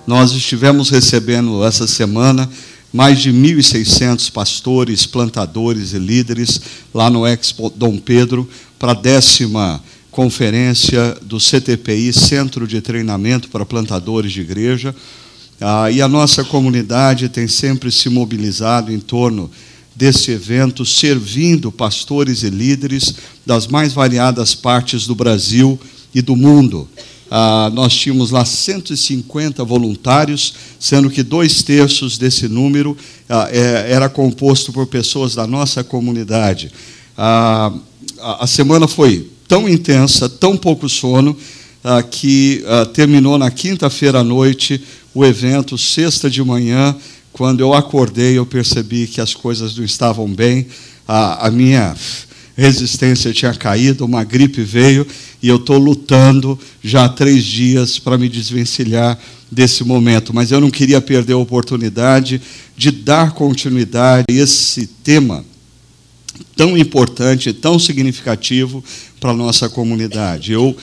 Nós estivemos recebendo essa semana mais de 1.600 pastores, plantadores e líderes lá no Expo Dom Pedro para a 10ª conferência do CTPI, Centro de Treinamento para Plantadores de Igreja. E a nossa comunidade tem sempre se mobilizado em torno desse evento, servindo pastores e líderes das mais variadas partes do Brasil e do mundo. Nós tínhamos lá 150 voluntários, sendo que 2/3 desse número era composto por pessoas da nossa comunidade. A semana foi tão intensa, tão pouco sono, que terminou na quinta-feira à noite o evento, sexta de manhã. Quando eu acordei, eu percebi que as coisas não estavam bem, a minha resistência tinha caído, uma gripe veio, e eu estou lutando já há 3 dias para me desvencilhar desse momento. Mas eu não queria perder a oportunidade de dar continuidade a esse tema tão importante, tão significativo para a nossa comunidade. Eu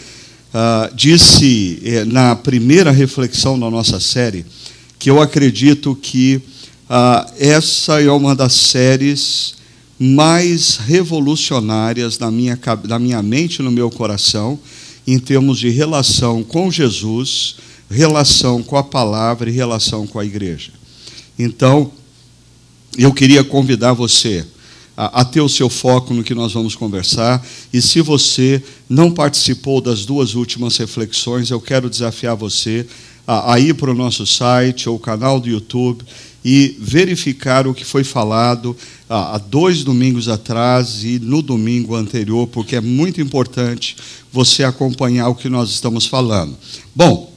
disse na primeira reflexão da nossa série que eu acredito que essa é uma das séries mais revolucionárias na minha mente e no meu coração, em termos de relação com Jesus, relação com a palavra e relação com a igreja. Então, eu queria convidar você a ter o seu foco no que nós vamos conversar, e se você não participou das 2 últimas reflexões, eu quero desafiar você a ir para o nosso site ou canal do YouTube e verificar o que foi falado há 2 domingos atrás e no domingo anterior, porque é muito importante você acompanhar o que nós estamos falando. Bom,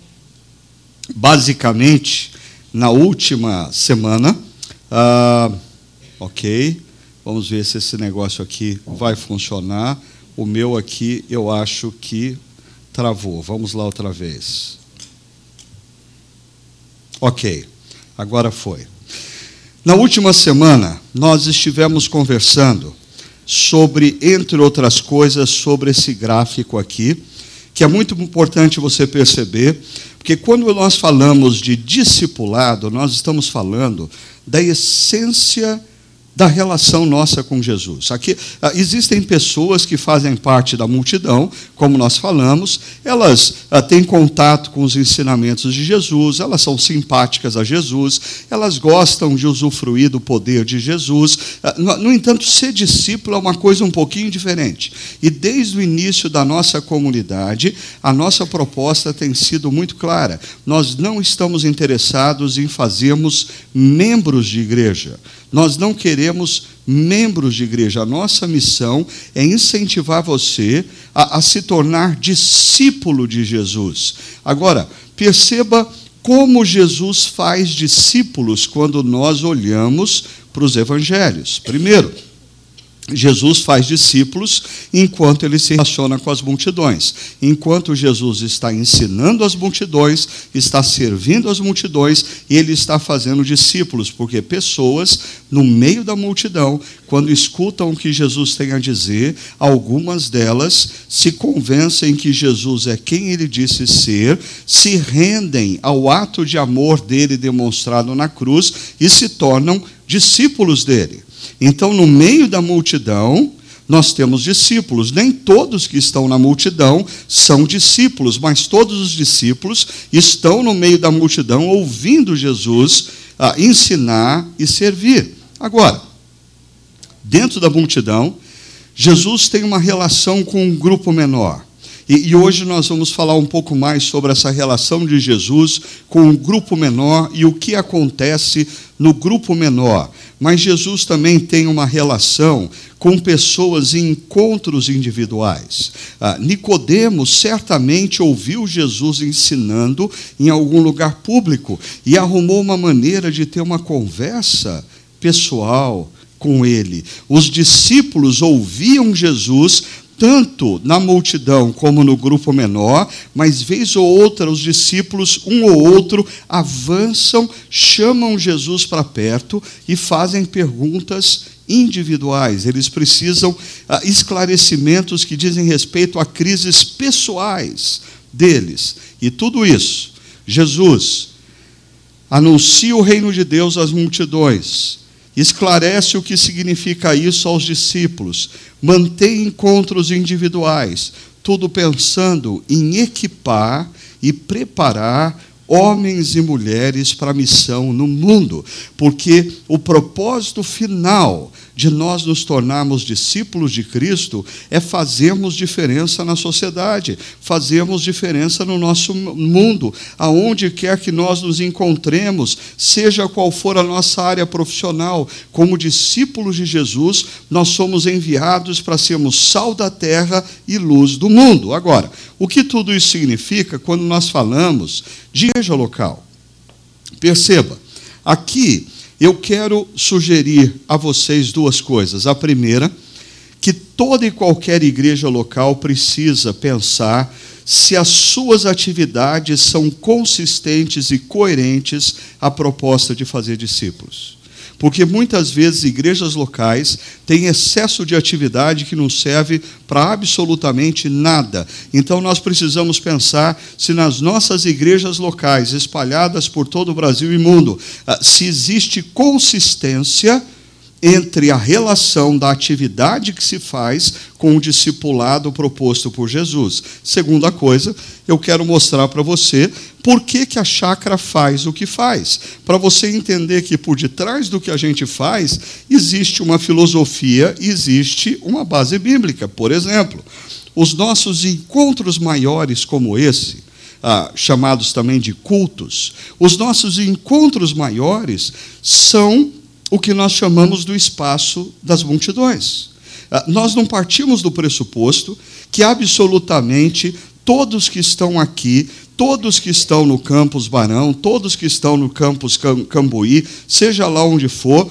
basicamente, na última semana, vamos ver se esse negócio aqui vai funcionar. O meu aqui, eu acho que travou. Vamos lá outra vez. Ok, agora foi. Na última semana, nós estivemos conversando sobre, entre outras coisas, sobre esse gráfico aqui, que é muito importante você perceber, porque quando nós falamos de discipulado, nós estamos falando da essência da relação nossa com Jesus. Aqui existem pessoas que fazem parte da multidão, como nós falamos, elas têm contato com os ensinamentos de Jesus, elas são simpáticas a Jesus, elas gostam de usufruir do poder de Jesus. No entanto, ser discípulo é uma coisa um pouquinho diferente. E desde o início da nossa comunidade, a nossa proposta tem sido muito clara. Nós não estamos interessados em fazermos membros de igreja. Nós não queremos membros de igreja. A nossa missão é incentivar você a se tornar discípulo de Jesus. Agora, perceba como Jesus faz discípulos quando nós olhamos para os evangelhos. Primeiro, Jesus faz discípulos enquanto ele se relaciona com as multidões. Enquanto Jesus está ensinando as multidões, está servindo as multidões, ele está fazendo discípulos, porque pessoas no meio da multidão, quando escutam o que Jesus tem a dizer, algumas delas se convencem que Jesus é quem ele disse ser, se rendem ao ato de amor dele demonstrado na cruz e se tornam discípulos dele. Então, no meio da multidão, nós temos discípulos. Nem todos que estão na multidão são discípulos, mas todos os discípulos estão no meio da multidão ouvindo Jesus ensinar e servir. Agora, dentro da multidão, Jesus tem uma relação com um grupo menor. E hoje nós vamos falar um pouco mais sobre essa relação de Jesus com um grupo menor e o que acontece no grupo menor. Mas Jesus também tem uma relação com pessoas em encontros individuais. Nicodemos certamente ouviu Jesus ensinando em algum lugar público e arrumou uma maneira de ter uma conversa pessoal com ele. Os discípulos ouviam Jesus tanto na multidão como no grupo menor, mas vez ou outra os discípulos, um ou outro, avançam, chamam Jesus para perto e fazem perguntas individuais. Eles precisam esclarecimentos que dizem respeito a crises pessoais deles. E tudo isso, Jesus anuncia o reino de Deus às multidões, esclarece o que significa isso aos discípulos, mantém encontros individuais, tudo pensando em equipar e preparar homens e mulheres para a missão no mundo, porque o propósito final de nós nos tornarmos discípulos de Cristo é fazermos diferença na sociedade, fazermos diferença no nosso mundo, aonde quer que nós nos encontremos, seja qual for a nossa área profissional, como discípulos de Jesus, nós somos enviados para sermos sal da terra e luz do mundo. Agora, o que tudo isso significa quando nós falamos de igreja local? Perceba, aqui eu quero sugerir a vocês duas coisas. A primeira, que toda e qualquer igreja local precisa pensar se as suas atividades são consistentes e coerentes à proposta de fazer discípulos. Porque muitas vezes igrejas locais têm excesso de atividade que não serve para absolutamente nada. Então nós precisamos pensar se nas nossas igrejas locais, espalhadas por todo o Brasil e mundo, se existe consistência entre a relação da atividade que se faz com o discipulado proposto por Jesus. Segunda coisa, eu quero mostrar para você por que a chácara faz o que faz. Para você entender que por detrás do que a gente faz, existe uma filosofia, existe uma base bíblica. Por exemplo, os nossos encontros maiores como esse, chamados também de cultos, os nossos encontros maiores são o que nós chamamos do espaço das multidões. Nós não partimos do pressuposto que absolutamente todos que estão aqui, todos que estão no campus Barão, todos que estão no campus Cambuí, seja lá onde for,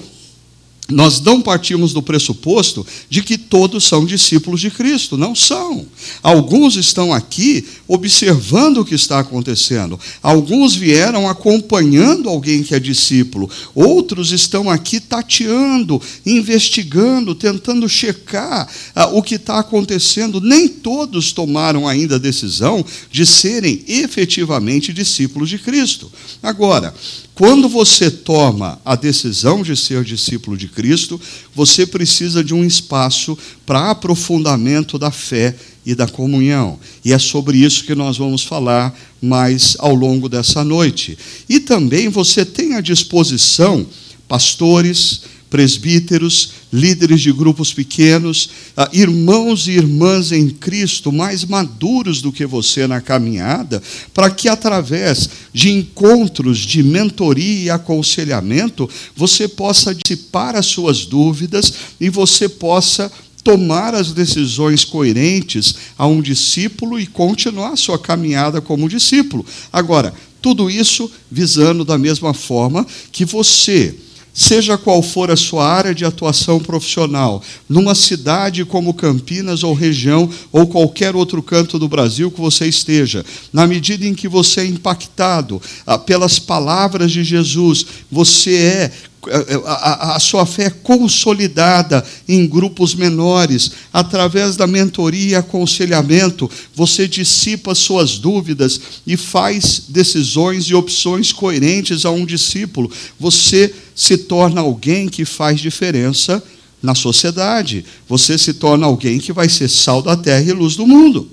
nós não partimos do pressuposto de que todos são discípulos de Cristo. Não são. Alguns estão aqui observando o que está acontecendo. Alguns vieram acompanhando alguém que é discípulo. Outros estão aqui tateando, investigando, tentando checar o que está acontecendo. Nem todos tomaram ainda a decisão de serem efetivamente discípulos de Cristo. Agora, quando você toma a decisão de ser discípulo de Cristo, você precisa de um espaço para aprofundamento da fé e da comunhão. E é sobre isso que nós vamos falar mais ao longo dessa noite. E também você tem à disposição pastores, presbíteros, líderes de grupos pequenos, irmãos e irmãs em Cristo mais maduros do que você na caminhada, para que através de encontros de mentoria e aconselhamento, você possa dissipar as suas dúvidas e você possa tomar as decisões coerentes a um discípulo e continuar a sua caminhada como discípulo. Agora, tudo isso visando da mesma forma que você, seja qual for a sua área de atuação profissional, numa cidade como Campinas ou região, ou qualquer outro canto do Brasil que você esteja, na medida em que você é impactado pelas palavras de Jesus, você a sua fé é consolidada em grupos menores, através da mentoria e aconselhamento, você dissipa suas dúvidas e faz decisões e opções coerentes a um discípulo. Você se torna alguém que faz diferença na sociedade. Você se torna alguém que vai ser sal da terra e luz do mundo.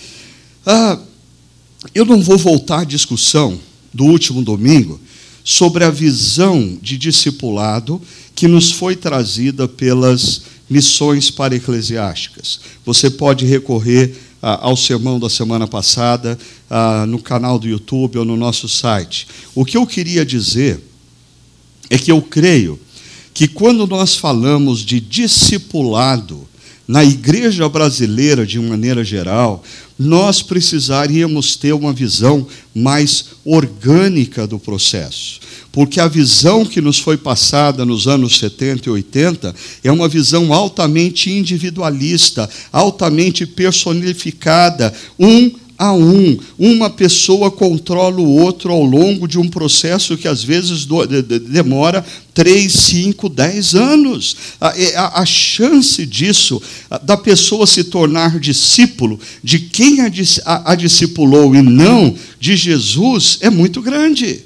Eu não vou voltar à discussão do último domingo sobre a visão de discipulado que nos foi trazida pelas missões para-eclesiásticas. Você pode recorrer ao sermão da semana passada, no canal do YouTube ou no nosso site. O que eu queria dizer é que eu creio que quando nós falamos de discipulado na igreja brasileira de maneira geral, nós precisaríamos ter uma visão mais orgânica do processo. Porque a visão que nos foi passada nos anos 70 e 80 é uma visão altamente individualista, altamente personificada, a um. Uma pessoa controla o outro ao longo de um processo que às vezes demora 3, 5, 10 anos. A chance disso, da pessoa se tornar discípulo de quem a discipulou e não de Jesus, é muito grande.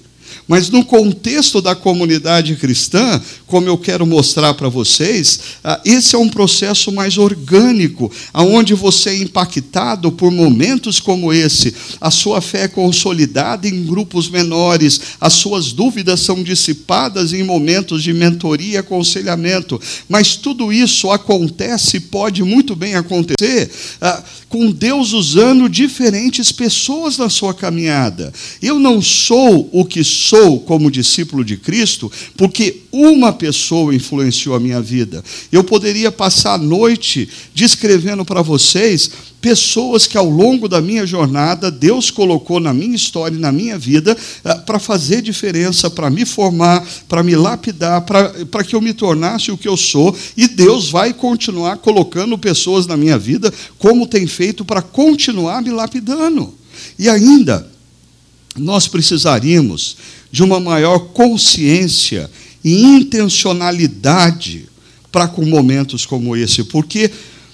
Mas no contexto da comunidade cristã, como eu quero mostrar para vocês, esse é um processo mais orgânico, onde você é impactado por momentos como esse. A sua fé é consolidada em grupos menores, as suas dúvidas são dissipadas em momentos de mentoria e aconselhamento. Mas tudo isso acontece, pode muito bem acontecer, com Deus usando diferentes pessoas na sua caminhada. Eu não sou o que sou como discípulo de Cristo, porque uma pessoa influenciou a minha vida. Eu poderia passar a noite descrevendo para vocês pessoas que ao longo da minha jornada Deus colocou na minha história e na minha vida para fazer diferença, para me formar, para me lapidar, para que eu me tornasse o que eu sou, e Deus vai continuar colocando pessoas na minha vida, como tem feito para continuar me lapidando. E ainda, nós precisaríamos de uma maior consciência e intencionalidade para com momentos como esse, porque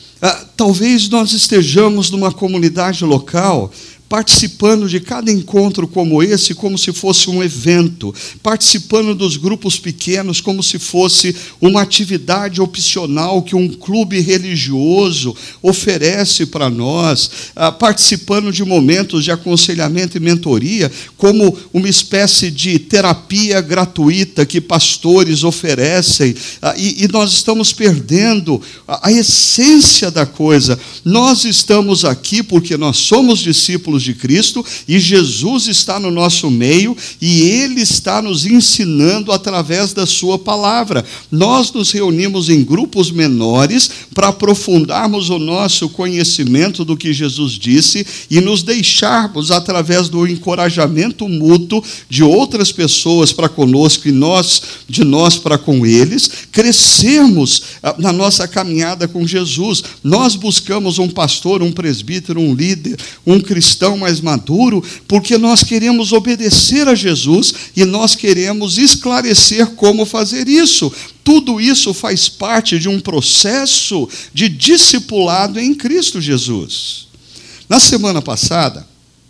talvez nós estejamos numa comunidade local, participando de cada encontro como esse, como se fosse um evento, participando dos grupos pequenos, como se fosse uma atividade opcional que um clube religioso oferece para nós, participando de momentos de aconselhamento e mentoria, como uma espécie de terapia gratuita que pastores oferecem, e nós estamos perdendo a essência da coisa. Nós estamos aqui porque nós somos discípulos de Cristo, e Jesus está no nosso meio, e Ele está nos ensinando através da sua palavra. Nós nos reunimos em grupos menores para aprofundarmos o nosso conhecimento do que Jesus disse e nos deixarmos, através do encorajamento mútuo de outras pessoas para conosco e de nós para com eles, crescermos na nossa caminhada com Jesus. Nós buscamos um pastor, um presbítero, um líder, um cristão mais maduro, porque nós queremos obedecer a Jesus e nós queremos esclarecer como fazer isso. Tudo isso faz parte de um processo de discipulado em Cristo Jesus. Na semana passada,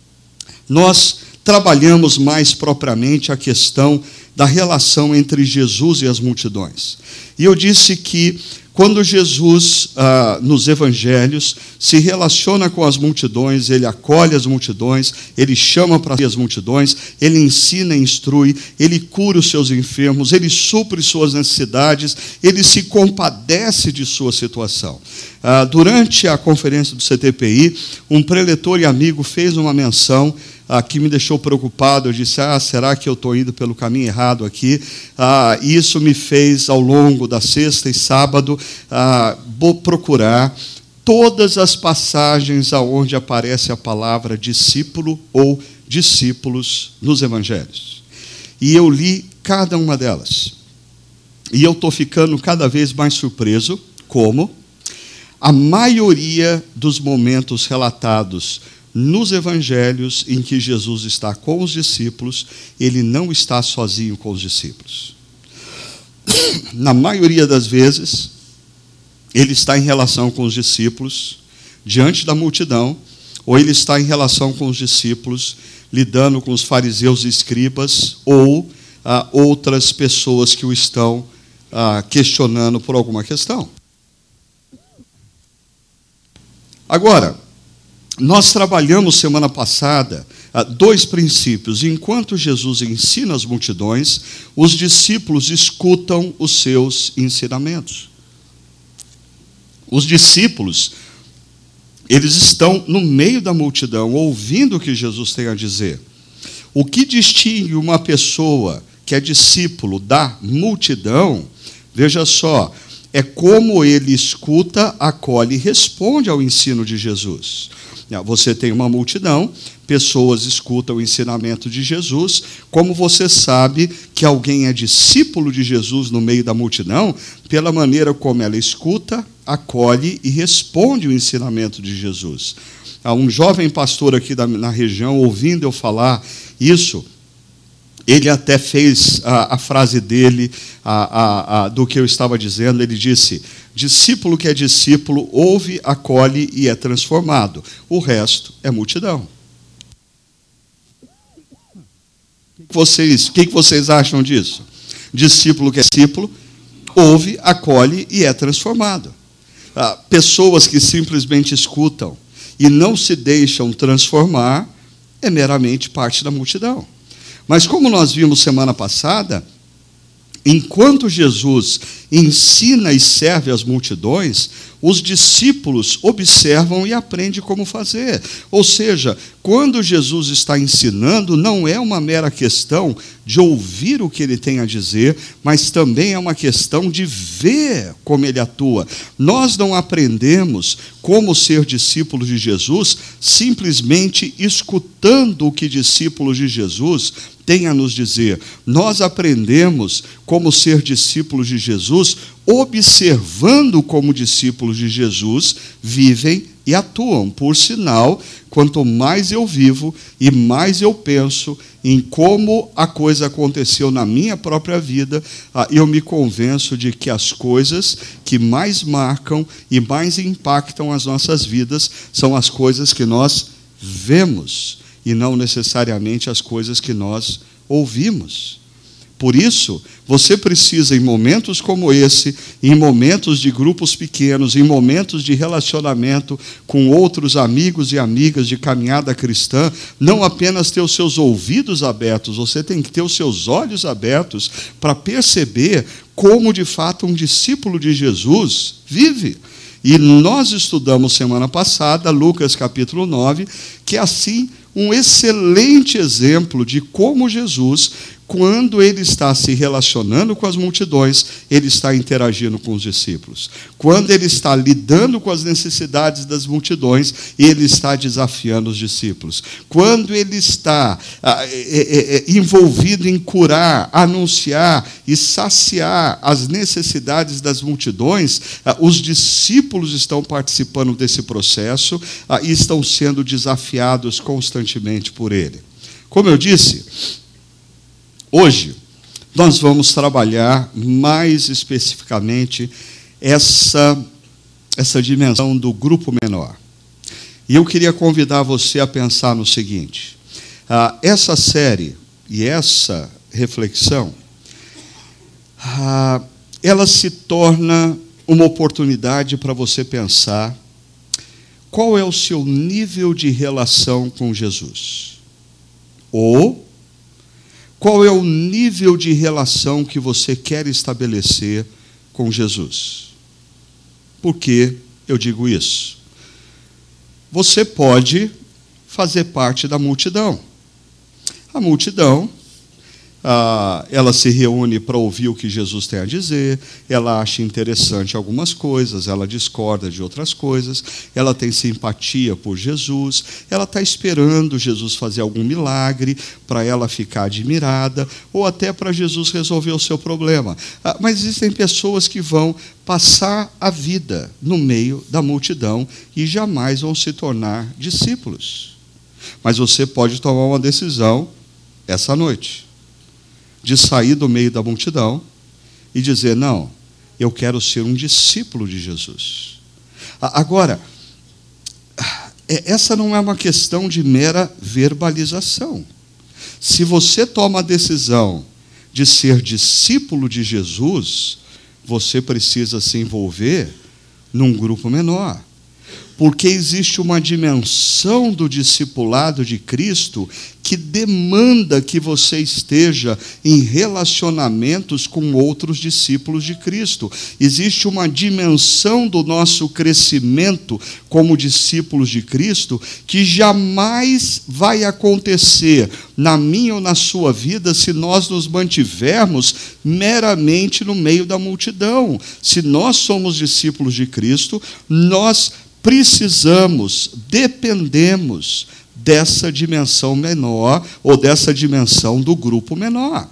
nós trabalhamos mais propriamente a questão da relação entre Jesus e as multidões. E eu disse que quando Jesus, nos evangelhos, se relaciona com as multidões, ele acolhe as multidões, ele chama para si as multidões, ele ensina e instrui, ele cura os seus enfermos, ele supre suas necessidades, ele se compadece de sua situação. Durante a conferência do CTPI, um preletor e amigo fez uma menção que me deixou preocupado. Eu disse, será que eu estou indo pelo caminho errado aqui? Isso me fez, ao longo da sexta e sábado, procurar todas as passagens onde aparece a palavra discípulo ou discípulos nos evangelhos. E eu li cada uma delas. E eu estou ficando cada vez mais surpreso como a maioria dos momentos relatados nos evangelhos em que Jesus está com os discípulos, ele não está sozinho com os discípulos. Na maioria das vezes, ele está em relação com os discípulos, diante da multidão, ou ele está em relação com os discípulos, lidando com os fariseus e escribas, ou outras pessoas que o estão questionando por alguma questão. Agora, nós trabalhamos semana passada dois princípios. Enquanto Jesus ensina as multidões, os discípulos escutam os seus ensinamentos. Os discípulos, eles estão no meio da multidão, ouvindo o que Jesus tem a dizer. O que distingue uma pessoa que é discípulo da multidão, veja só, é como ele escuta, acolhe e responde ao ensino de Jesus. Você tem uma multidão, pessoas escutam o ensinamento de Jesus. Como você sabe que alguém é discípulo de Jesus no meio da multidão? Pela maneira como ela escuta, acolhe e responde o ensinamento de Jesus. Um jovem pastor aqui na região, ouvindo eu falar isso, ele até fez a frase dele, do que eu estava dizendo. Ele disse, discípulo que é discípulo, ouve, acolhe e é transformado. O resto é multidão. que vocês acham disso? Discípulo que é discípulo, ouve, acolhe e é transformado. Pessoas que simplesmente escutam e não se deixam transformar é meramente parte da multidão. Mas como nós vimos semana passada, enquanto Jesus ensina e serve as multidões, os discípulos observam e aprendem como fazer. Ou seja, quando Jesus está ensinando, não é uma mera questão de ouvir o que ele tem a dizer, mas também é uma questão de ver como ele atua. Nós não aprendemos como ser discípulos de Jesus simplesmente escutando o que discípulos de Jesus têm a nos dizer. Nós aprendemos como ser discípulos de Jesus observando como discípulos de Jesus vivem e atuam. Por sinal, quanto mais eu vivo e mais eu penso em como a coisa aconteceu na minha própria vida, eu me convenço de que as coisas que mais marcam e mais impactam as nossas vidas são as coisas que nós vemos e não necessariamente as coisas que nós ouvimos. Por isso, você precisa, em momentos como esse, em momentos de grupos pequenos, em momentos de relacionamento com outros amigos e amigas de caminhada cristã, não apenas ter os seus ouvidos abertos, você tem que ter os seus olhos abertos para perceber como, de fato, um discípulo de Jesus vive. E nós estudamos semana passada, Lucas capítulo 9, que é assim um excelente exemplo de como Jesus, quando ele está se relacionando com as multidões, ele está interagindo com os discípulos. Quando ele está lidando com as necessidades das multidões, ele está desafiando os discípulos. Quando ele está envolvido em curar, anunciar e saciar as necessidades das multidões, os discípulos estão participando desse processo e estão sendo desafiados constantemente por ele. Como eu disse, hoje, nós vamos trabalhar mais especificamente essa dimensão do grupo menor. E eu queria convidar você a pensar no seguinte: essa série e essa reflexão, ela se torna uma oportunidade para você pensar qual é o seu nível de relação com Jesus. Ou qual é o nível de relação que você quer estabelecer com Jesus? Por que eu digo isso? Você pode fazer parte da multidão. A multidão, ela se reúne para ouvir o que Jesus tem a dizer, ela acha interessante algumas coisas, ela discorda de outras coisas, ela tem simpatia por Jesus, ela está esperando Jesus fazer algum milagre para ela ficar admirada, ou até para Jesus resolver o seu problema. Mas existem pessoas que vão passar a vida no meio da multidão e jamais vão se tornar discípulos. Mas você pode tomar uma decisão essa noite, de sair do meio da multidão e dizer: não, eu quero ser um discípulo de Jesus. Agora, essa não é uma questão de mera verbalização. Se você toma a decisão de ser discípulo de Jesus, você precisa se envolver num grupo menor. Porque existe uma dimensão do discipulado de Cristo que demanda que você esteja em relacionamentos com outros discípulos de Cristo. Existe uma dimensão do nosso crescimento como discípulos de Cristo que jamais vai acontecer na minha ou na sua vida se nós nos mantivermos meramente no meio da multidão. Se nós somos discípulos de Cristo, nós precisamos, dependemos dessa dimensão menor, ou dessa dimensão do grupo menor.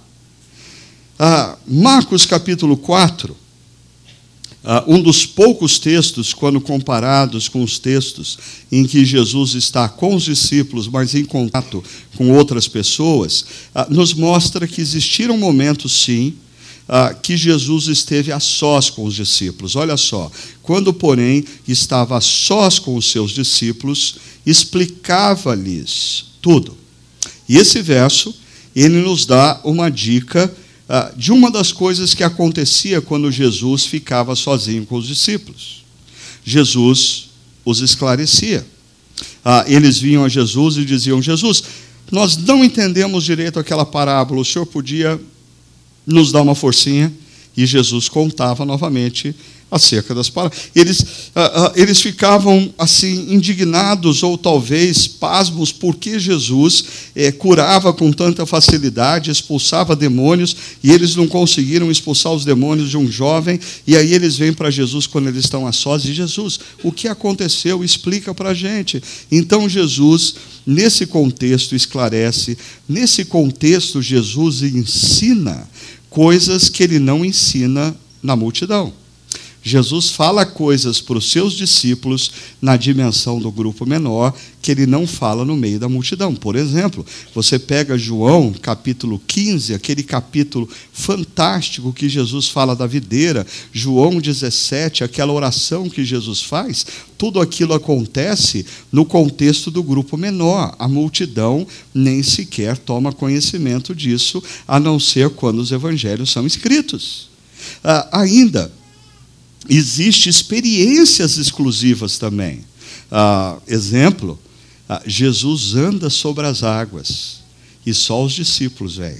Marcos capítulo 4, um dos poucos textos, quando comparados com os textos em que Jesus está com os discípulos, mas em contato com outras pessoas, nos mostra que existiram momentos, sim, que Jesus esteve a sós com os discípulos. Olha só, quando, porém, estava a sós com os seus discípulos, explicava-lhes tudo. E esse verso, ele nos dá uma dica de uma das coisas que acontecia quando Jesus ficava sozinho com os discípulos. Jesus os esclarecia. Eles vinham a Jesus e diziam: Jesus, nós não entendemos direito aquela parábola, o senhor podia nos dar uma forcinha? E Jesus contava novamente acerca das parábolas. Eles ficavam assim indignados ou talvez pasmos porque Jesus curava com tanta facilidade, expulsava demônios, e eles não conseguiram expulsar os demônios de um jovem. E aí eles vêm para Jesus quando eles estão a sós, e Jesus, o que aconteceu? Explica para a gente. Então Jesus, nesse contexto, esclarece. Nesse contexto, Jesus ensina coisas que ele não ensina na multidão. Jesus fala coisas para os seus discípulos na dimensão do grupo menor que ele não fala no meio da multidão. Por exemplo, você pega João, capítulo 15, aquele capítulo fantástico que Jesus fala da videira, João 17, aquela oração que Jesus faz, tudo aquilo acontece no contexto do grupo menor. A multidão nem sequer toma conhecimento disso, a não ser quando os evangelhos são escritos. Ainda existem experiências exclusivas também. Exemplo, Jesus anda sobre as águas e só os discípulos vêm.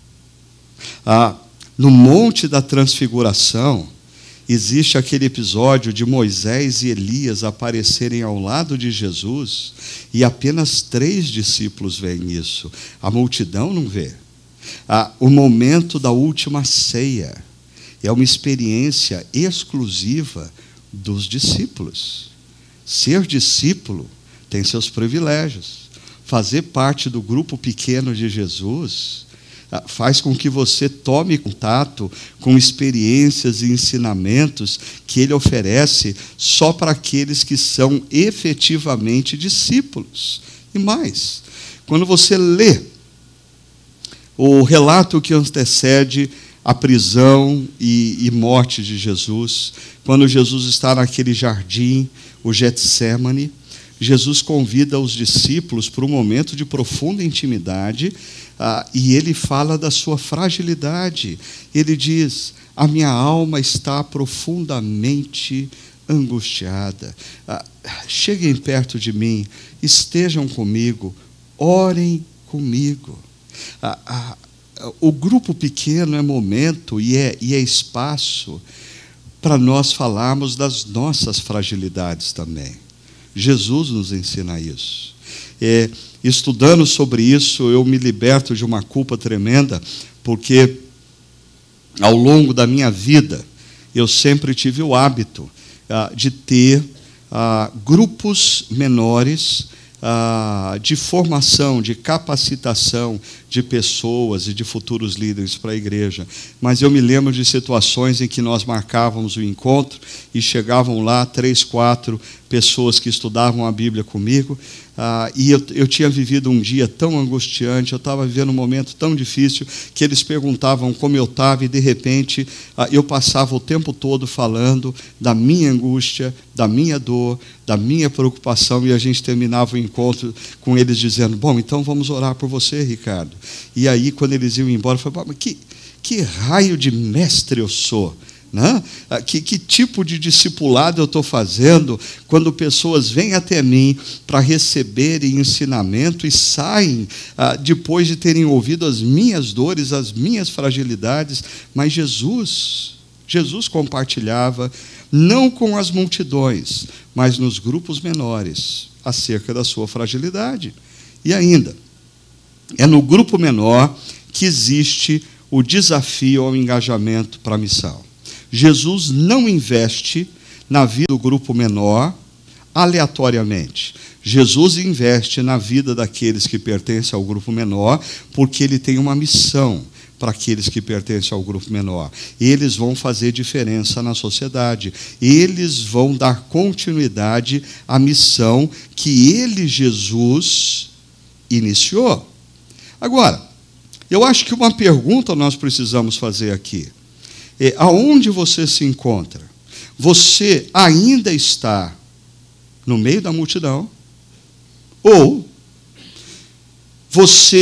No Monte da Transfiguração, existe aquele episódio de Moisés e Elias aparecerem ao lado de Jesus e apenas 3 discípulos veem isso. A multidão não vê. O momento da última ceia é uma experiência exclusiva dos discípulos. Ser discípulo tem seus privilégios. Fazer parte do grupo pequeno de Jesus faz com que você tome contato com experiências e ensinamentos que ele oferece só para aqueles que são efetivamente discípulos. E mais, quando você lê o relato que antecede a prisão e morte de Jesus, quando Jesus está naquele jardim, o Getsêmani, Jesus convida os discípulos para um momento de profunda intimidade, e ele fala da sua fragilidade. Ele diz: a minha alma está profundamente angustiada. Cheguem perto de mim, estejam comigo, orem comigo. O grupo pequeno é momento e é espaço para nós falarmos das nossas fragilidades também. Jesus nos ensina isso. Estudando sobre isso, eu me liberto de uma culpa tremenda, porque ao longo da minha vida, eu sempre tive o hábito de ter grupos menores de formação, de capacitação de pessoas e de futuros líderes para a igreja. Mas eu me lembro de situações em que nós marcávamos o encontro e chegavam lá 3, 4 pessoas que estudavam a Bíblia comigo, e eu tinha vivido um dia tão angustiante, eu estava vivendo um momento tão difícil, que eles perguntavam como eu estava, e de repente eu passava o tempo todo falando da minha angústia, da minha dor, da minha preocupação, e a gente terminava o encontro com eles dizendo: bom, então vamos orar por você, Ricardo. E aí, quando eles iam embora, eu falei: que raio de mestre eu sou? Né? Que tipo de discipulado eu estou fazendo quando pessoas vêm até mim para receberem ensinamento e saem depois de terem ouvido as minhas dores, as minhas fragilidades? Mas Jesus compartilhava, não com as multidões, mas nos grupos menores, acerca da sua fragilidade. E ainda, é no grupo menor que existe o desafio ao engajamento para a missão. Jesus não investe na vida do grupo menor aleatoriamente. Jesus investe na vida daqueles que pertencem ao grupo menor, porque ele tem uma missão para aqueles que pertencem ao grupo menor. Eles vão fazer diferença na sociedade. Eles vão dar continuidade à missão que ele, Jesus, iniciou. Agora, eu acho que uma pergunta nós precisamos fazer aqui. Aonde você se encontra? Você ainda está no meio da multidão? Ou você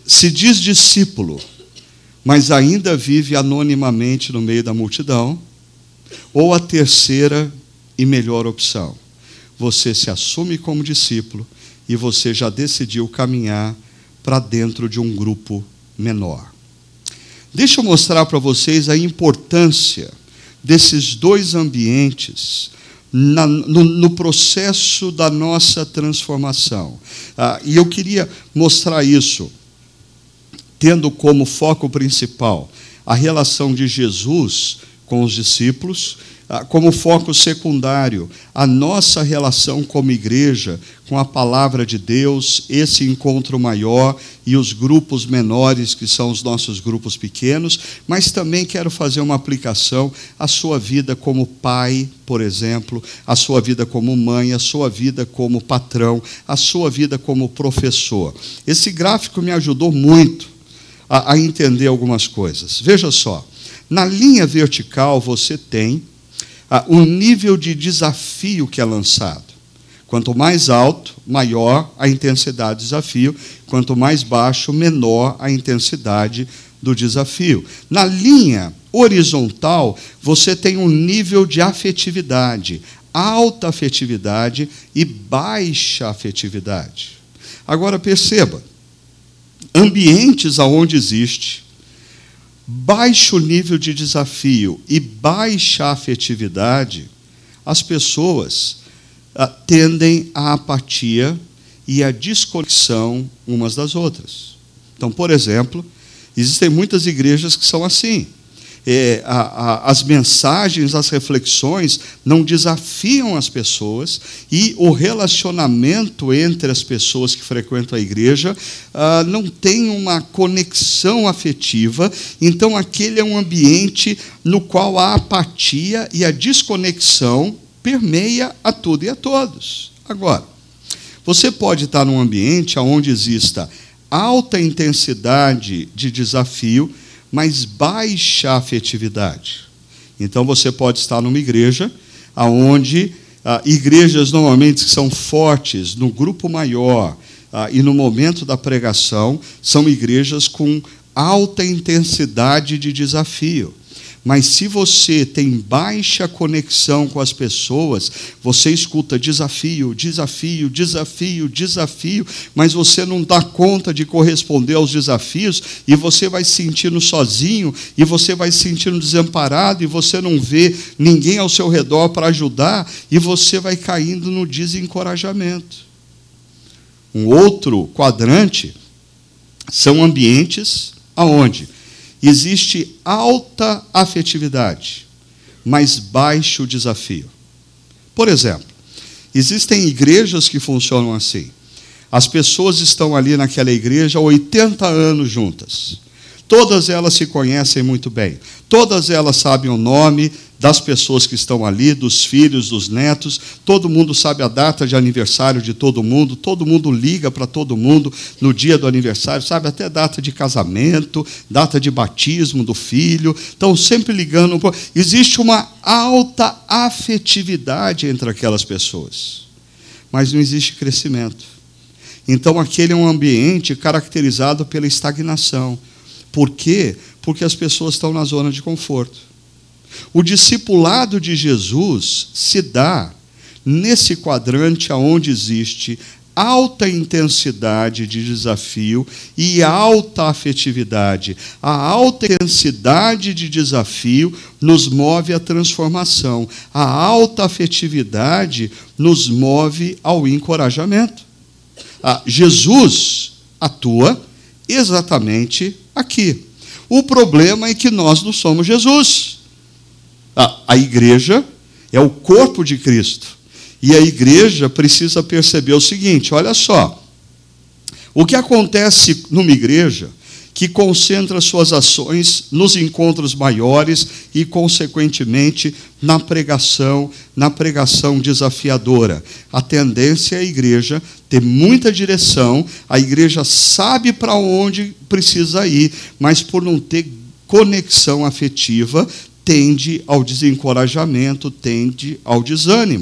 se diz discípulo, mas ainda vive anonimamente no meio da multidão, ou a terceira e melhor opção, você se assume como discípulo e você já decidiu caminhar para dentro de um grupo menor. Deixa eu mostrar para vocês a importância desses dois ambientes no processo da nossa transformação. E eu queria mostrar isso, tendo como foco principal a relação de Jesus com os discípulos, como foco secundário a nossa relação como igreja com a palavra de Deus, esse encontro maior e os grupos menores, que são os nossos grupos pequenos, mas também quero fazer uma aplicação à sua vida como pai, por exemplo, a sua vida como mãe, a sua vida como patrão, a sua vida como professor. Esse gráfico me ajudou muito a entender algumas coisas. Veja só, na linha vertical você tem o nível de desafio que é lançado. Quanto mais alto, maior a intensidade do desafio. Quanto mais baixo, menor a intensidade do desafio. Na linha horizontal, você tem um nível de afetividade, alta afetividade e baixa afetividade. Agora perceba, ambientes onde existe baixo nível de desafio e baixa afetividade, as pessoas tendem à apatia e à desconexão umas das outras. Então, por exemplo, existem muitas igrejas que são assim. As mensagens, as reflexões não desafiam as pessoas e o relacionamento entre as pessoas que frequentam a igreja não tem uma conexão afetiva, então aquele é um ambiente no qual a apatia e a desconexão permeia a tudo e a todos. Agora, você pode estar num ambiente onde exista alta intensidade de desafio, mas baixa afetividade. Então, você pode estar numa igreja onde igrejas normalmente que são fortes no grupo maior e no momento da pregação são igrejas com alta intensidade de desafio. Mas se você tem baixa conexão com as pessoas, você escuta desafio, desafio, desafio, desafio, mas você não dá conta de corresponder aos desafios, e você vai se sentindo sozinho, e você vai se sentindo desamparado, e você não vê ninguém ao seu redor para ajudar, e você vai caindo no desencorajamento. Um outro quadrante são ambientes aonde existe alta afetividade, mas baixo desafio. Por exemplo, existem igrejas que funcionam assim. As pessoas estão ali naquela igreja há 80 anos juntas. Todas elas se conhecem muito bem. Todas elas sabem o nome das pessoas que estão ali, dos filhos, dos netos. Todo mundo sabe a data de aniversário de todo mundo liga para todo mundo no dia do aniversário, sabe até data de casamento, data de batismo do filho. Estão sempre ligando. Existe uma alta afetividade entre aquelas pessoas, mas não existe crescimento. Então, aquele é um ambiente caracterizado pela estagnação. Por quê? Porque as pessoas estão na zona de conforto. O discipulado de Jesus se dá nesse quadrante onde existe alta intensidade de desafio e alta afetividade. A alta intensidade de desafio nos move à transformação. A alta afetividade nos move ao encorajamento. Jesus atua exatamente aqui. O problema é que nós não somos Jesus. A igreja é o corpo de Cristo. E a igreja precisa perceber o seguinte, olha só. O que acontece numa igreja que concentra suas ações nos encontros maiores e, consequentemente, na pregação desafiadora. A tendência é a igreja ter muita direção, a igreja sabe para onde precisa ir, mas por não ter conexão afetiva, tende ao desencorajamento, tende ao desânimo.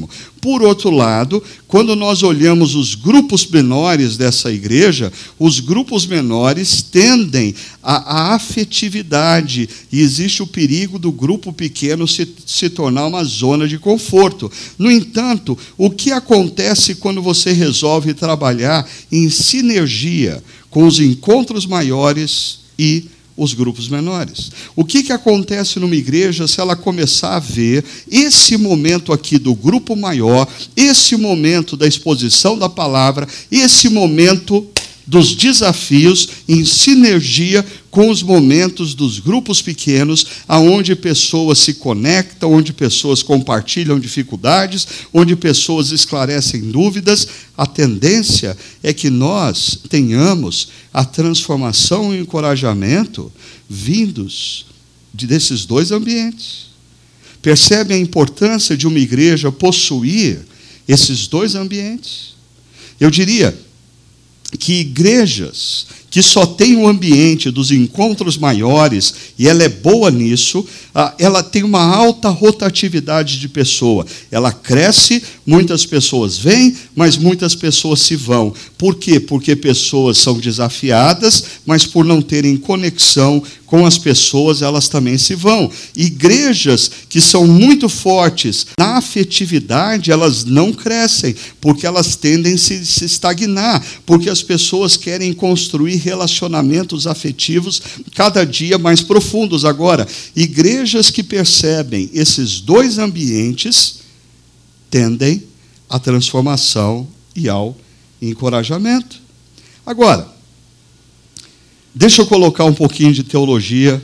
Por outro lado, quando nós olhamos os grupos menores dessa igreja, os grupos menores tendem à afetividade, e existe o perigo do grupo pequeno se tornar uma zona de conforto. No entanto, o que acontece quando você resolve trabalhar em sinergia com os encontros maiores e os grupos menores? O que acontece numa igreja se ela começar a ver esse momento aqui do grupo maior, esse momento da exposição da palavra, esse momento dos desafios em sinergia com os momentos dos grupos pequenos, aonde pessoas se conectam, onde pessoas compartilham dificuldades, onde pessoas esclarecem dúvidas? A tendência é que nós tenhamos a transformação e o encorajamento vindos desses dois ambientes. Percebe a importância de uma igreja possuir esses dois ambientes? Eu diria que igrejas que só tem o ambiente dos encontros maiores, e ela é boa nisso, ela tem uma alta rotatividade de pessoa. Ela cresce, muitas pessoas vêm, mas muitas pessoas se vão. Por quê? Porque pessoas são desafiadas, mas por não terem conexão com as pessoas, elas também se vão. Igrejas que são muito fortes na afetividade, elas não crescem, porque elas tendem a se estagnar, porque as pessoas querem construir relacionamentos afetivos cada dia mais profundos. Agora, igrejas que percebem esses dois ambientes tendem à transformação e ao encorajamento. Agora, deixa eu colocar um pouquinho de teologia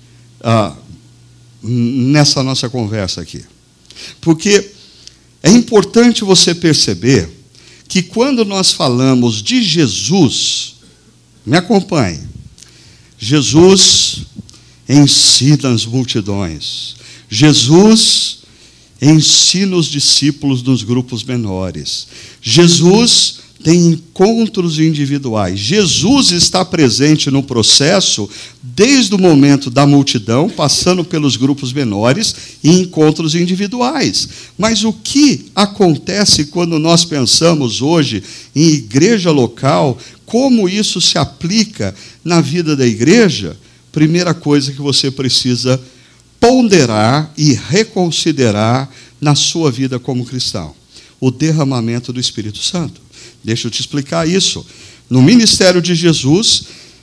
nessa nossa conversa aqui. Porque é importante você perceber que quando nós falamos de Jesus, me acompanhe, Jesus ensina as multidões. Jesus ensina os discípulos nos grupos menores. Jesus tem encontros individuais. Jesus está presente no processo desde o momento da multidão, passando pelos grupos menores e encontros individuais. Mas o que acontece quando nós pensamos hoje em igreja local, como isso se aplica na vida da igreja? Primeira coisa que você precisa ponderar e reconsiderar na sua vida como cristão: o derramamento do Espírito Santo. Deixa eu te explicar isso. No ministério de Jesus,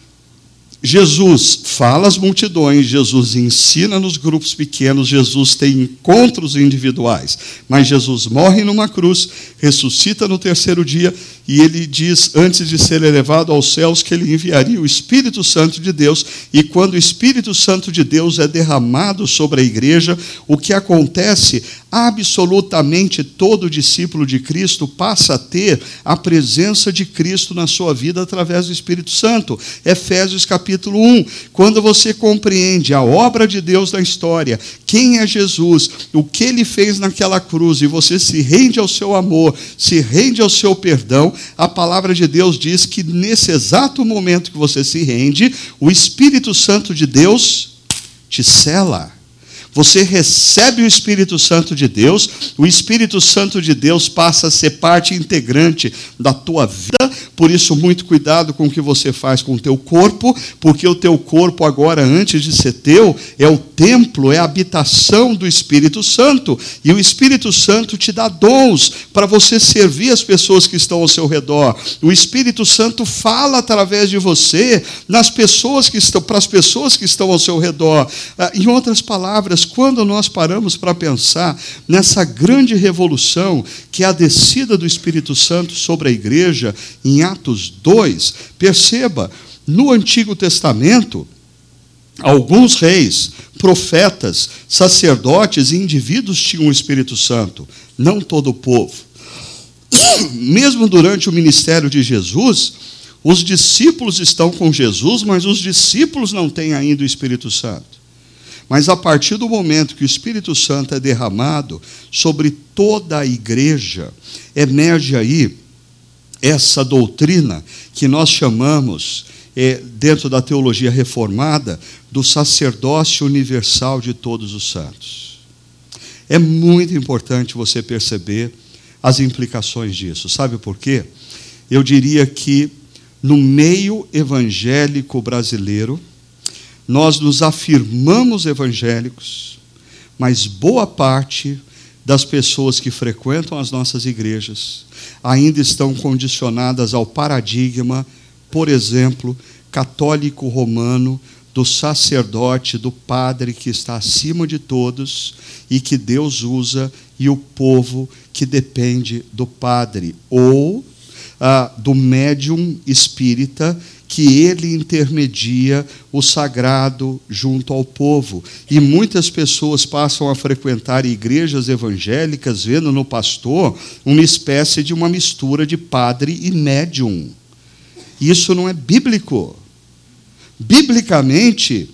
Jesus fala às multidões, Jesus ensina nos grupos pequenos, Jesus tem encontros individuais, mas Jesus morre numa cruz, ressuscita no terceiro dia, e ele diz, antes de ser elevado aos céus, que ele enviaria o Espírito Santo de Deus, e quando o Espírito Santo de Deus é derramado sobre a igreja, o que acontece? Absolutamente todo discípulo de Cristo passa a ter a presença de Cristo na sua vida através do Espírito Santo. Efésios capítulo 1, quando você compreende a obra de Deus na história, quem é Jesus, o que ele fez naquela cruz, e você se rende ao seu amor, se rende ao seu perdão, a palavra de Deus diz que nesse exato momento que você se rende, o Espírito Santo de Deus te sela. Você recebe o Espírito Santo de Deus, o Espírito Santo de Deus passa a ser parte integrante da tua vida. Por isso, muito cuidado com o que você faz com o teu corpo, porque o teu corpo agora, antes de ser teu, é o templo, é a habitação do Espírito Santo, e o Espírito Santo te dá dons para você servir as pessoas que estão ao seu redor. O Espírito Santo fala através de você para as pessoas que estão ao seu redor. Em outras palavras, quando nós paramos para pensar nessa grande revolução que é a descida do Espírito Santo sobre a igreja, em Atos 2, perceba, no Antigo Testamento, alguns reis, profetas, sacerdotes e indivíduos tinham o Espírito Santo, não todo o povo. Mesmo durante o ministério de Jesus, os discípulos estão com Jesus, mas os discípulos não têm ainda o Espírito Santo. Mas a partir do momento que o Espírito Santo é derramado sobre toda a igreja, emerge aí essa doutrina que nós chamamos, dentro da teologia reformada, do sacerdócio universal de todos os santos. É muito importante você perceber as implicações disso. Sabe por quê? Eu diria que no meio evangélico brasileiro, nós nos afirmamos evangélicos, mas boa parte das pessoas que frequentam as nossas igrejas ainda estão condicionadas ao paradigma, por exemplo, católico romano, do sacerdote, do padre que está acima de todos e que Deus usa, e o povo que depende do padre, ou do médium espírita, que ele intermedia o sagrado junto ao povo. E muitas pessoas passam a frequentar igrejas evangélicas, vendo no pastor uma espécie de uma mistura de padre e médium. Isso não é bíblico. Biblicamente,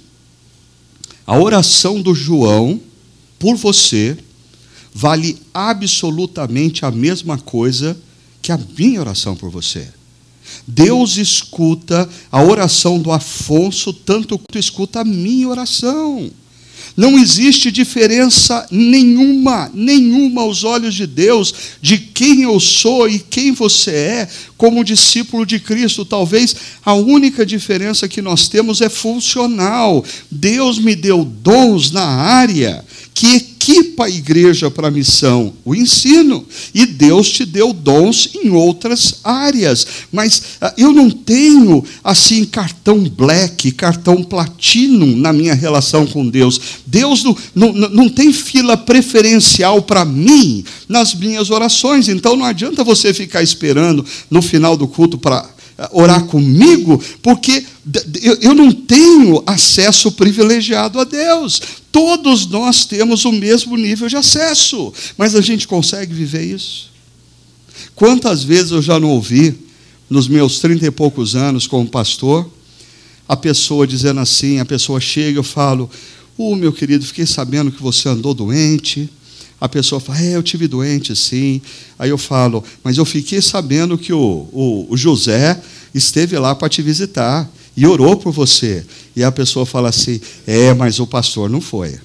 a oração do João por você vale absolutamente a mesma coisa que a minha oração por você. Deus escuta a oração do Afonso tanto quanto escuta a minha oração. Não existe diferença nenhuma aos olhos de Deus, de quem eu sou e quem você é como discípulo de Cristo. Talvez a única diferença que nós temos é funcional. Deus me deu dons na área que equipa a igreja para a missão, o ensino. E Deus te deu dons em outras áreas. Mas eu não tenho, assim, cartão black, cartão platinum na minha relação com Deus. Deus não tem fila preferencial para mim nas minhas orações. Então não adianta você ficar esperando no final do culto para orar comigo, porque eu não tenho acesso privilegiado a Deus. Todos nós temos o mesmo nível de acesso, mas a gente consegue viver isso? Quantas vezes eu já não ouvi, nos meus 30 e poucos anos como pastor, a pessoa dizendo assim, a pessoa chega, eu falo, meu querido, fiquei sabendo que você andou doente. A pessoa fala, eu tive doente, sim. Aí eu falo, mas eu fiquei sabendo que o José esteve lá para te visitar e orou por você. E a pessoa fala assim, mas o pastor não foi.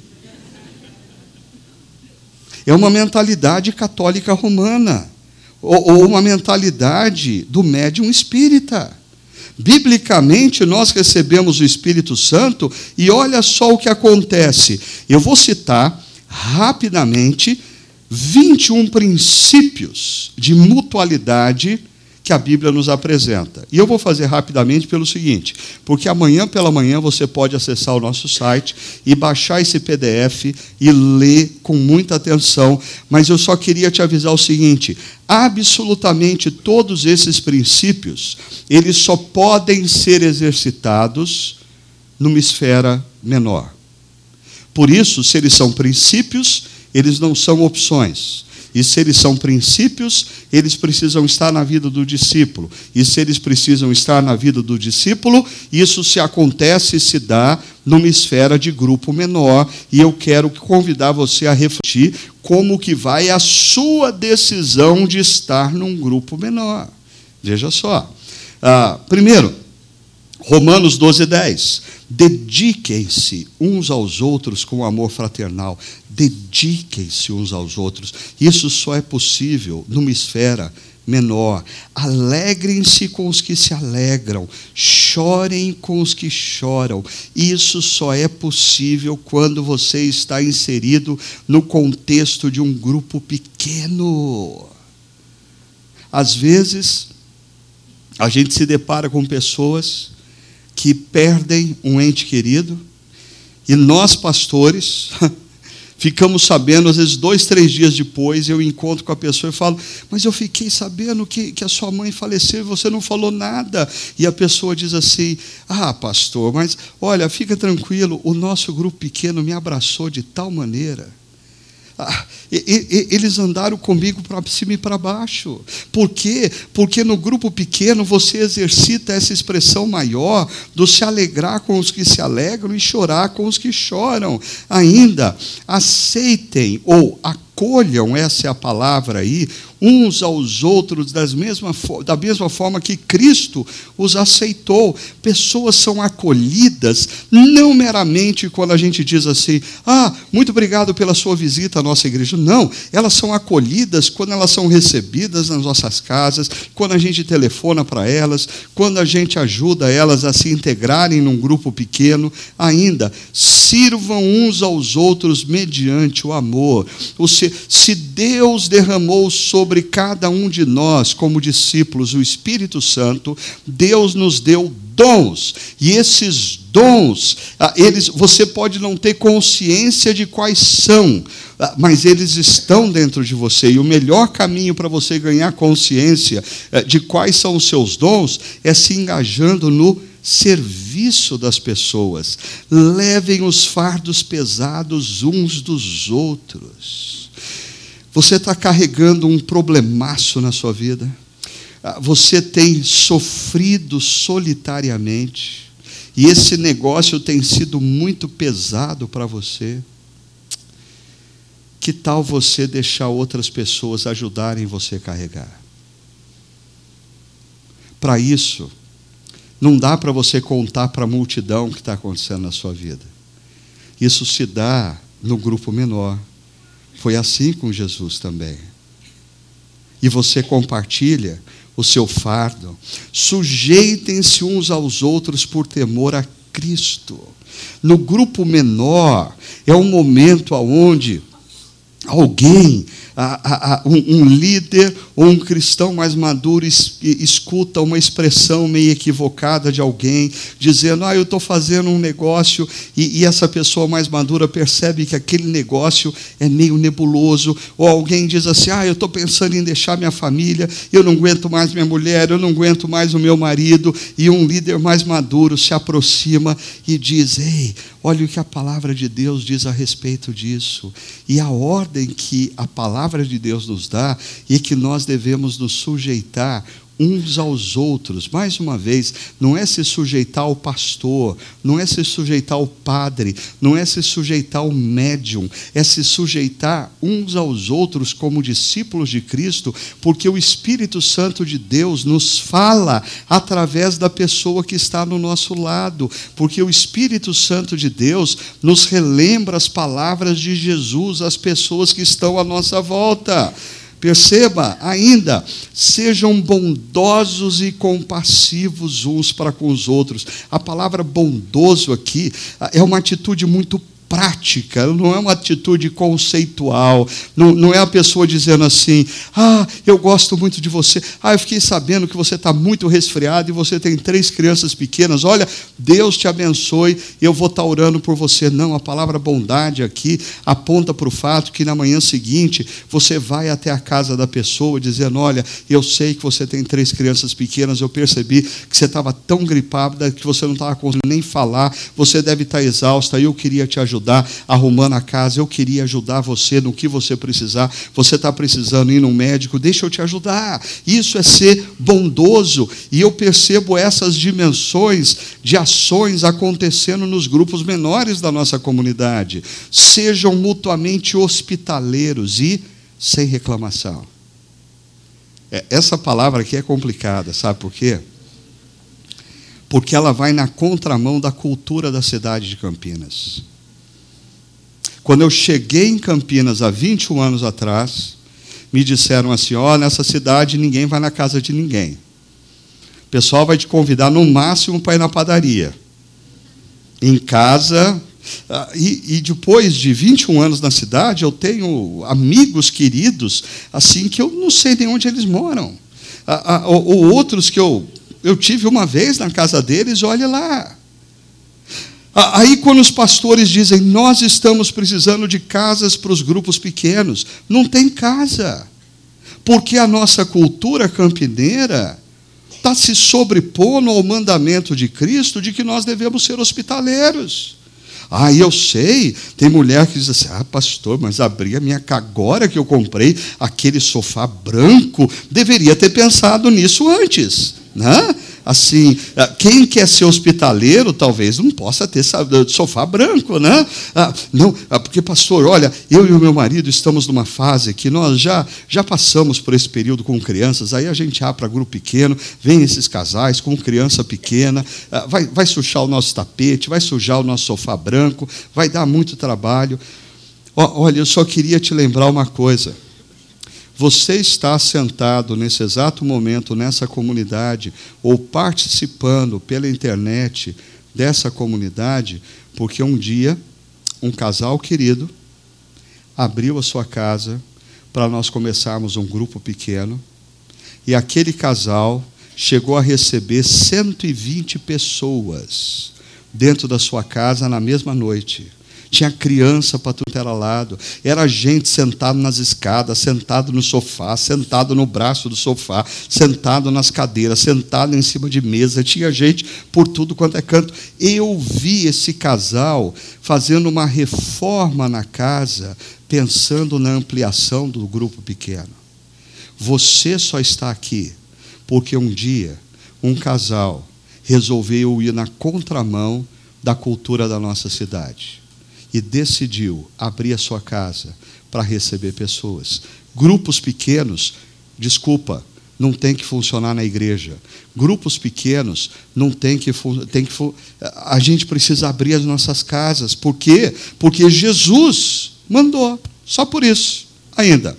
É uma mentalidade católica romana, ou uma mentalidade do médium espírita. Biblicamente, nós recebemos o Espírito Santo e olha só o que acontece. Eu vou citar rapidamente 21 princípios de mutualidade que a Bíblia nos apresenta. E eu vou fazer rapidamente pelo seguinte, porque amanhã pela manhã você pode acessar o nosso site e baixar esse PDF e ler com muita atenção, mas eu só queria te avisar o seguinte, absolutamente todos esses princípios, eles só podem ser exercitados numa esfera menor. Por isso, se eles são princípios, eles não são opções. E se eles são princípios, eles precisam estar na vida do discípulo. E se eles precisam estar na vida do discípulo, isso se acontece e se dá numa esfera de grupo menor. E eu quero convidar você a refletir como que vai a sua decisão de estar num grupo menor. Veja só. Primeiro, Romanos 12:10. Dediquem-se uns aos outros com amor fraternal. Dediquem-se uns aos outros. Isso só é possível numa esfera menor. Alegrem-se com os que se alegram. Chorem com os que choram. Isso só é possível quando você está inserido no contexto de um grupo pequeno. Às vezes, a gente se depara com pessoas que perdem um ente querido, e nós, pastores, ficamos sabendo, às vezes 2, 3 dias depois, eu encontro com a pessoa e falo, mas eu fiquei sabendo que a sua mãe faleceu e você não falou nada. E a pessoa diz assim, pastor, mas olha, fica tranquilo, o nosso grupo pequeno me abraçou de tal maneira. Eles andaram comigo para cima e para baixo. Por quê? Porque no grupo pequeno você exercita essa expressão maior do se alegrar com os que se alegram e chorar com os que choram. Ainda, aceitem ou acolham acolham, essa é a palavra aí, uns aos outros da mesma forma que Cristo os aceitou. Pessoas são acolhidas não meramente quando a gente diz assim, muito obrigado pela sua visita à nossa igreja. Não, elas são acolhidas quando elas são recebidas nas nossas casas, quando a gente telefona para elas, quando a gente ajuda elas a se integrarem num grupo pequeno. Ainda, sirvam uns aos outros mediante o amor. Se Deus derramou sobre cada um de nós, como discípulos, o Espírito Santo, Deus nos deu dons, e esses dons, você pode não ter consciência de quais são, mas eles estão dentro de você, e o melhor caminho para você ganhar consciência de quais são os seus dons é se engajando no serviço das pessoas. Levem os fardos pesados uns dos outros. Você está carregando um problemaço na sua vida? Você tem sofrido solitariamente? E esse negócio tem sido muito pesado para você? Que tal você deixar outras pessoas ajudarem você a carregar? Para isso, não dá para você contar para a multidão o que está acontecendo na sua vida. Isso se dá no grupo menor. Foi assim com Jesus também. E você compartilha o seu fardo. Sujeitem-se uns aos outros por temor a Cristo. No grupo menor, é um momento onde alguém, um líder ou um cristão mais maduro escuta uma expressão meio equivocada de alguém, dizendo, eu estou fazendo um negócio, e essa pessoa mais madura percebe que aquele negócio é meio nebuloso, ou alguém diz assim, eu estou pensando em deixar minha família, eu não aguento mais minha mulher, eu não aguento mais o meu marido, e um líder mais maduro se aproxima e diz, ei, olha o que a palavra de Deus diz a respeito disso, e a ordem que a palavra de Deus nos dá é que nós devemos nos sujeitar uns aos outros. Mais uma vez, não é se sujeitar ao pastor, não é se sujeitar ao padre, não é se sujeitar ao médium, é se sujeitar uns aos outros como discípulos de Cristo, porque o Espírito Santo de Deus nos fala através da pessoa que está no nosso lado, porque o Espírito Santo de Deus nos relembra as palavras de Jesus às pessoas que estão à nossa volta. Perceba ainda, sejam bondosos e compassivos uns para com os outros. A palavra bondoso aqui é uma atitude muito prática, não é uma atitude conceitual, não é a pessoa dizendo assim, eu gosto muito de você, eu fiquei sabendo que você está muito resfriado e você tem 3 crianças pequenas, olha, Deus te abençoe, eu vou estar orando por você. Não, a palavra bondade aqui aponta para o fato que na manhã seguinte, você vai até a casa da pessoa dizendo, olha, eu sei que você tem 3 crianças pequenas, eu percebi que você estava tão gripada que você não estava conseguindo nem falar, você deve estar exausta, eu queria te ajudar arrumando a casa, eu queria ajudar você no que você precisar, você está precisando ir num médico, deixa eu te ajudar. Isso é ser bondoso, e eu percebo essas dimensões de ações acontecendo nos grupos menores da nossa comunidade. Sejam mutuamente hospitaleiros e sem reclamação. Essa palavra aqui é complicada, sabe por quê? Porque ela vai na contramão da cultura da cidade de Campinas. Quando eu cheguei em Campinas há 21 anos atrás, me disseram assim, nessa cidade ninguém vai na casa de ninguém. O pessoal vai te convidar no máximo para ir na padaria. Em casa, e depois de 21 anos na cidade, eu tenho amigos queridos, assim, que eu não sei nem onde eles moram. Ou outros que eu tive uma vez na casa deles, olha lá. Aí quando os pastores dizem, nós estamos precisando de casas para os grupos pequenos, não tem casa, porque a nossa cultura campineira está se sobrepondo ao mandamento de Cristo de que nós devemos ser hospitaleiros. Eu sei, tem mulher que diz assim, pastor, mas abri a minha casa, agora que eu comprei aquele sofá branco, deveria ter pensado nisso antes, né? Assim, quem quer ser hospitaleiro, talvez não possa ter sofá branco, né? Não, porque, pastor, olha, eu e o meu marido estamos numa fase que nós já passamos por esse período com crianças, aí a gente abre para grupo pequeno, vem esses casais com criança pequena, vai sujar o nosso tapete, vai sujar o nosso sofá branco, vai dar muito trabalho. Olha, eu só queria te lembrar uma coisa. Você está sentado nesse exato momento nessa comunidade ou participando pela internet dessa comunidade porque um dia um casal querido abriu a sua casa para nós começarmos um grupo pequeno e aquele casal chegou a receber 120 pessoas dentro da sua casa na mesma noite. Tinha criança para tudo era lado. Era gente sentado nas escadas, sentado no sofá, sentado no braço do sofá, sentado nas cadeiras, sentado em cima de mesa. Tinha gente por tudo quanto é canto. Eu vi esse casal fazendo uma reforma na casa, pensando na ampliação do grupo pequeno. Você só está aqui porque um dia um casal resolveu ir na contramão da cultura da nossa cidade e decidiu abrir a sua casa para receber pessoas. Grupos pequenos, desculpa, não tem que funcionar na igreja. Grupos pequenos não tem que a gente precisa abrir as nossas casas. Por quê? Porque Jesus mandou. Só por isso. Ainda.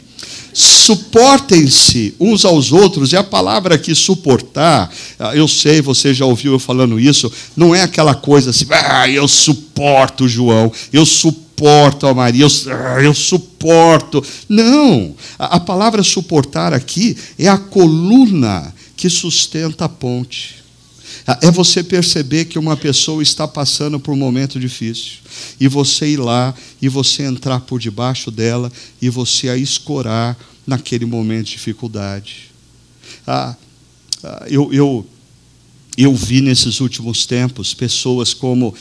Suportem-se uns aos outros, e a palavra aqui suportar, eu sei, você já ouviu eu falando isso, não é aquela coisa assim, eu suporto o João, eu suporto a Maria, eu suporto. Não, a palavra suportar aqui é a coluna que sustenta a ponte. É você perceber que uma pessoa está passando por um momento difícil, e você ir lá, e você entrar por debaixo dela, e você a escorar naquele momento de dificuldade. Eu vi nesses últimos tempos pessoas como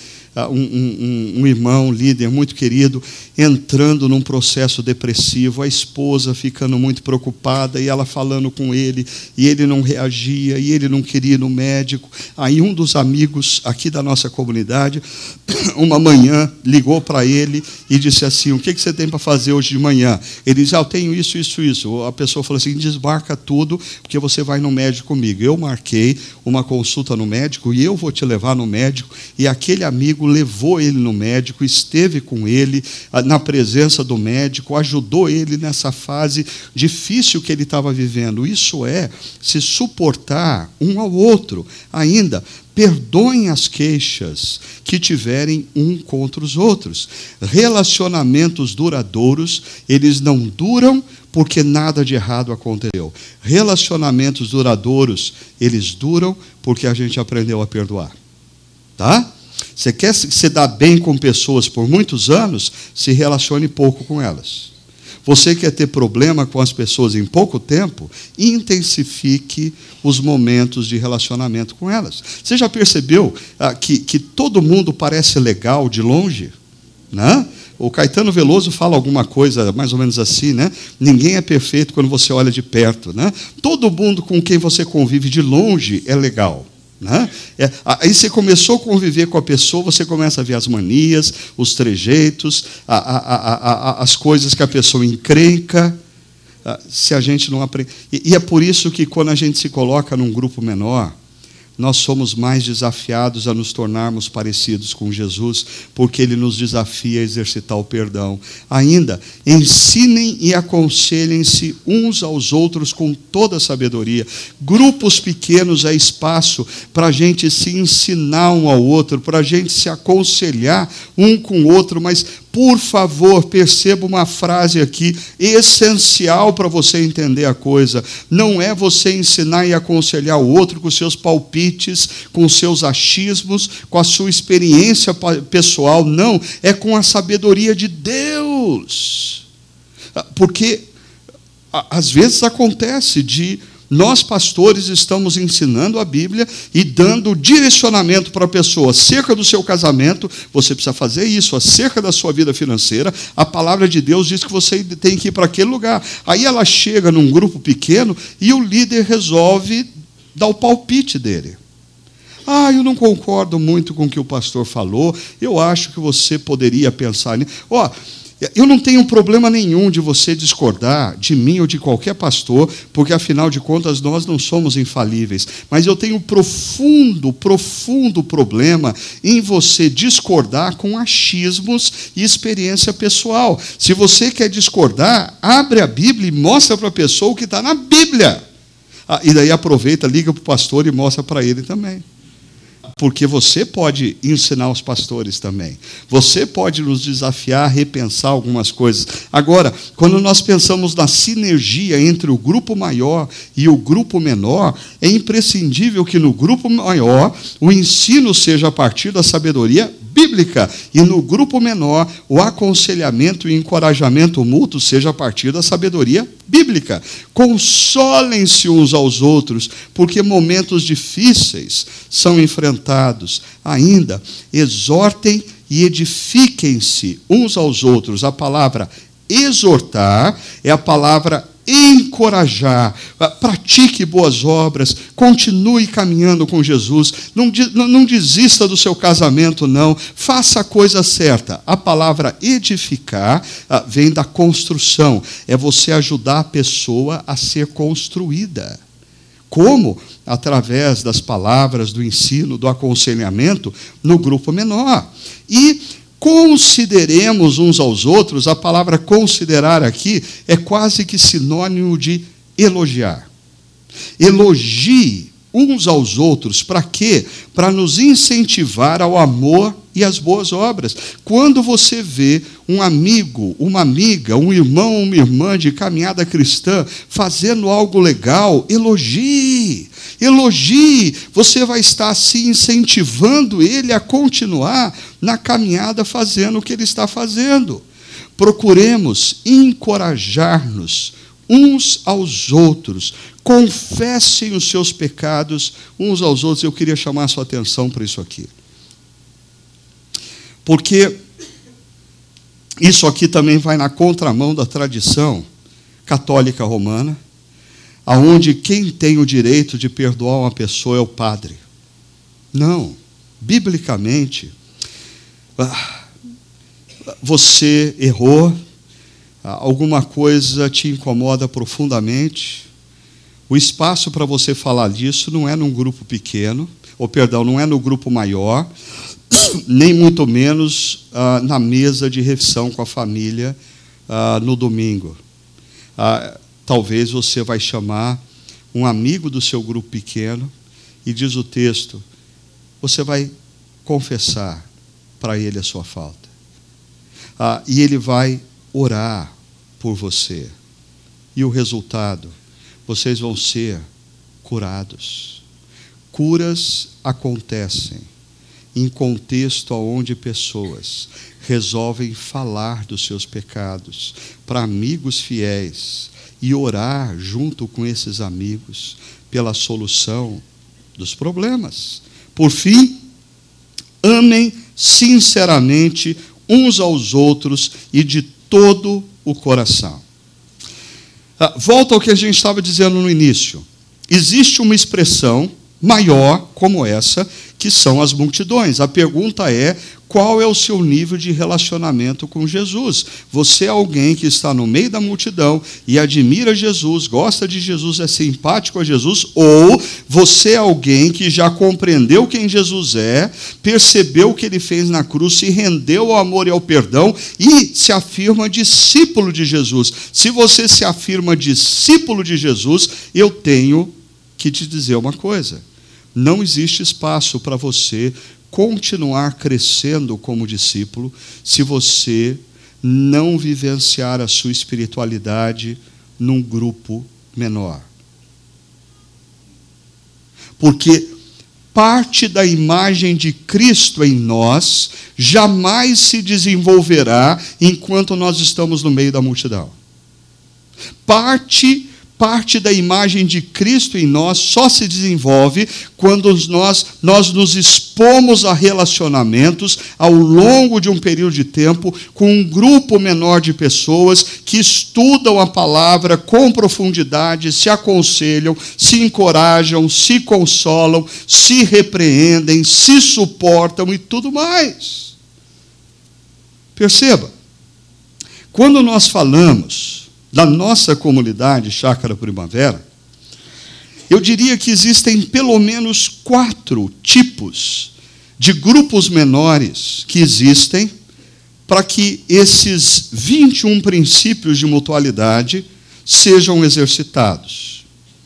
um irmão, líder muito querido, entrando num processo depressivo, a esposa ficando muito preocupada, e ela falando com ele, e ele não reagia, e ele não queria ir no médico. Aí um dos amigos aqui da nossa comunidade, uma manhã, ligou para ele e disse assim, o que você tem para fazer hoje de manhã? Ele disse, eu tenho isso. A pessoa falou assim, desmarca tudo, porque você vai no médico comigo. Eu marquei uma consulta no médico, e eu vou te levar no médico, e aquele amigo levou ele no médico, esteve com ele na presença do médico, ajudou ele nessa fase difícil que ele estava vivendo. Isso é se suportar um ao outro. Ainda, perdoem as queixas que tiverem um contra os outros. Relacionamentos duradouros, eles não duram porque nada de errado aconteceu. Relacionamentos duradouros, eles duram porque a gente aprendeu a perdoar. Tá? Você quer se dar bem com pessoas por muitos anos, se relacione pouco com elas. Você quer ter problema com as pessoas em pouco tempo, intensifique os momentos de relacionamento com elas. Você já percebeu que todo mundo parece legal de longe? Né? O Caetano Veloso fala alguma coisa mais ou menos assim, né? Ninguém é perfeito quando você olha de perto, né? Todo mundo com quem você convive de longe é legal. Né? Aí você começou a conviver com a pessoa, você começa a ver as manias, os trejeitos, as coisas que a pessoa encrenca, se a gente não aprende. E é por isso que quando a gente se coloca num grupo menor, nós somos mais desafiados a nos tornarmos parecidos com Jesus, porque Ele nos desafia a exercitar o perdão. Ainda, ensinem e aconselhem-se uns aos outros com toda a sabedoria. Grupos pequenos é espaço para a gente se ensinar um ao outro, para a gente se aconselhar um com o outro, mas, por favor, perceba uma frase aqui, essencial para você entender a coisa. Não é você ensinar e aconselhar o outro com seus palpites, com seus achismos, com a sua experiência pessoal. Não, é com a sabedoria de Deus. Porque, às vezes, acontece de nós, pastores, estamos ensinando a Bíblia e dando direcionamento para a pessoa acerca do seu casamento. Você precisa fazer isso, acerca da sua vida financeira. A palavra de Deus diz que você tem que ir para aquele lugar. Aí ela chega num grupo pequeno e o líder resolve dar o palpite dele. Eu não concordo muito com o que o pastor falou, eu acho que você poderia pensar nisso. Eu não tenho problema nenhum de você discordar de mim ou de qualquer pastor, porque, afinal de contas, nós não somos infalíveis. Mas eu tenho profundo problema em você discordar com achismos e experiência pessoal. Se você quer discordar, abre a Bíblia e mostra para a pessoa o que está na Bíblia. E daí aproveita, liga para o pastor e mostra para ele também. Porque você pode ensinar os pastores também. Você pode nos desafiar a repensar algumas coisas. Agora, quando nós pensamos na sinergia entre o grupo maior e o grupo menor, é imprescindível que no grupo maior o ensino seja a partir da sabedoria bíblica, e no grupo menor o aconselhamento e encorajamento mútuo seja a partir da sabedoria bíblica. Consolem-se uns aos outros, porque momentos difíceis são enfrentados. Ainda, exortem e edifiquem-se uns aos outros. A palavra exortar é a palavra encorajar. Pratique boas obras, continue caminhando com Jesus, não desista do seu casamento, não, faça a coisa certa. A palavra edificar vem da construção, é você ajudar a pessoa a ser construída. Como? Através das palavras, do ensino, do aconselhamento no grupo menor. E consideremos uns aos outros. A palavra considerar aqui é quase que sinônimo de elogiar. Elogie uns aos outros. Para quê? Para nos incentivar ao amor e às boas obras. Quando você vê um amigo, uma amiga, um irmão ou uma irmã de caminhada cristã fazendo algo legal, elogie. Elogie. Você vai estar se incentivando ele a continuar na caminhada fazendo o que ele está fazendo. Procuremos encorajar-nos uns aos outros. Confessem os seus pecados uns aos outros. Eu queria chamar a sua atenção para isso aqui. Porque isso aqui também vai na contramão da tradição católica romana, aonde quem tem o direito de perdoar uma pessoa é o padre. Não. Biblicamente, você errou, alguma coisa te incomoda profundamente, o espaço para você falar disso não é num grupo pequeno, não é no grupo maior, nem muito menos na mesa de refeição com a família no domingo. Talvez você vai chamar um amigo do seu grupo pequeno e diz o texto, você vai confessar para ele a sua falta. E ele vai orar por você. E o resultado, vocês vão ser curados. Curas acontecem em contexto onde pessoas resolvem falar dos seus pecados para amigos fiéis e orar junto com esses amigos pela solução dos problemas. Por fim, amem sinceramente uns aos outros e de todo o coração. Volta ao que a gente estava dizendo no início. Existe uma expressão maior como essa, que são as multidões. A pergunta é, qual é o seu nível de relacionamento com Jesus? Você é alguém que está no meio da multidão e admira Jesus, gosta de Jesus, é simpático a Jesus, ou você é alguém que já compreendeu quem Jesus é, percebeu o que ele fez na cruz, se rendeu ao amor e ao perdão e se afirma discípulo de Jesus. Se você se afirma discípulo de Jesus, eu tenho que te dizer uma coisa. Não existe espaço para você continuar crescendo como discípulo se você não vivenciar a sua espiritualidade num grupo menor. Porque parte da imagem de Cristo em nós jamais se desenvolverá enquanto nós estamos no meio da multidão. Parte parte da imagem de Cristo em nós só se desenvolve quando nós nos expomos a relacionamentos ao longo de um período de tempo com um grupo menor de pessoas que estudam a palavra com profundidade, se aconselham, se encorajam, se consolam, se repreendem, se suportam e tudo mais. Perceba, quando nós falamos da nossa comunidade Chácara Primavera, eu diria que existem pelo menos 4 tipos de grupos menores que existem para que esses 21 princípios de mutualidade sejam exercitados.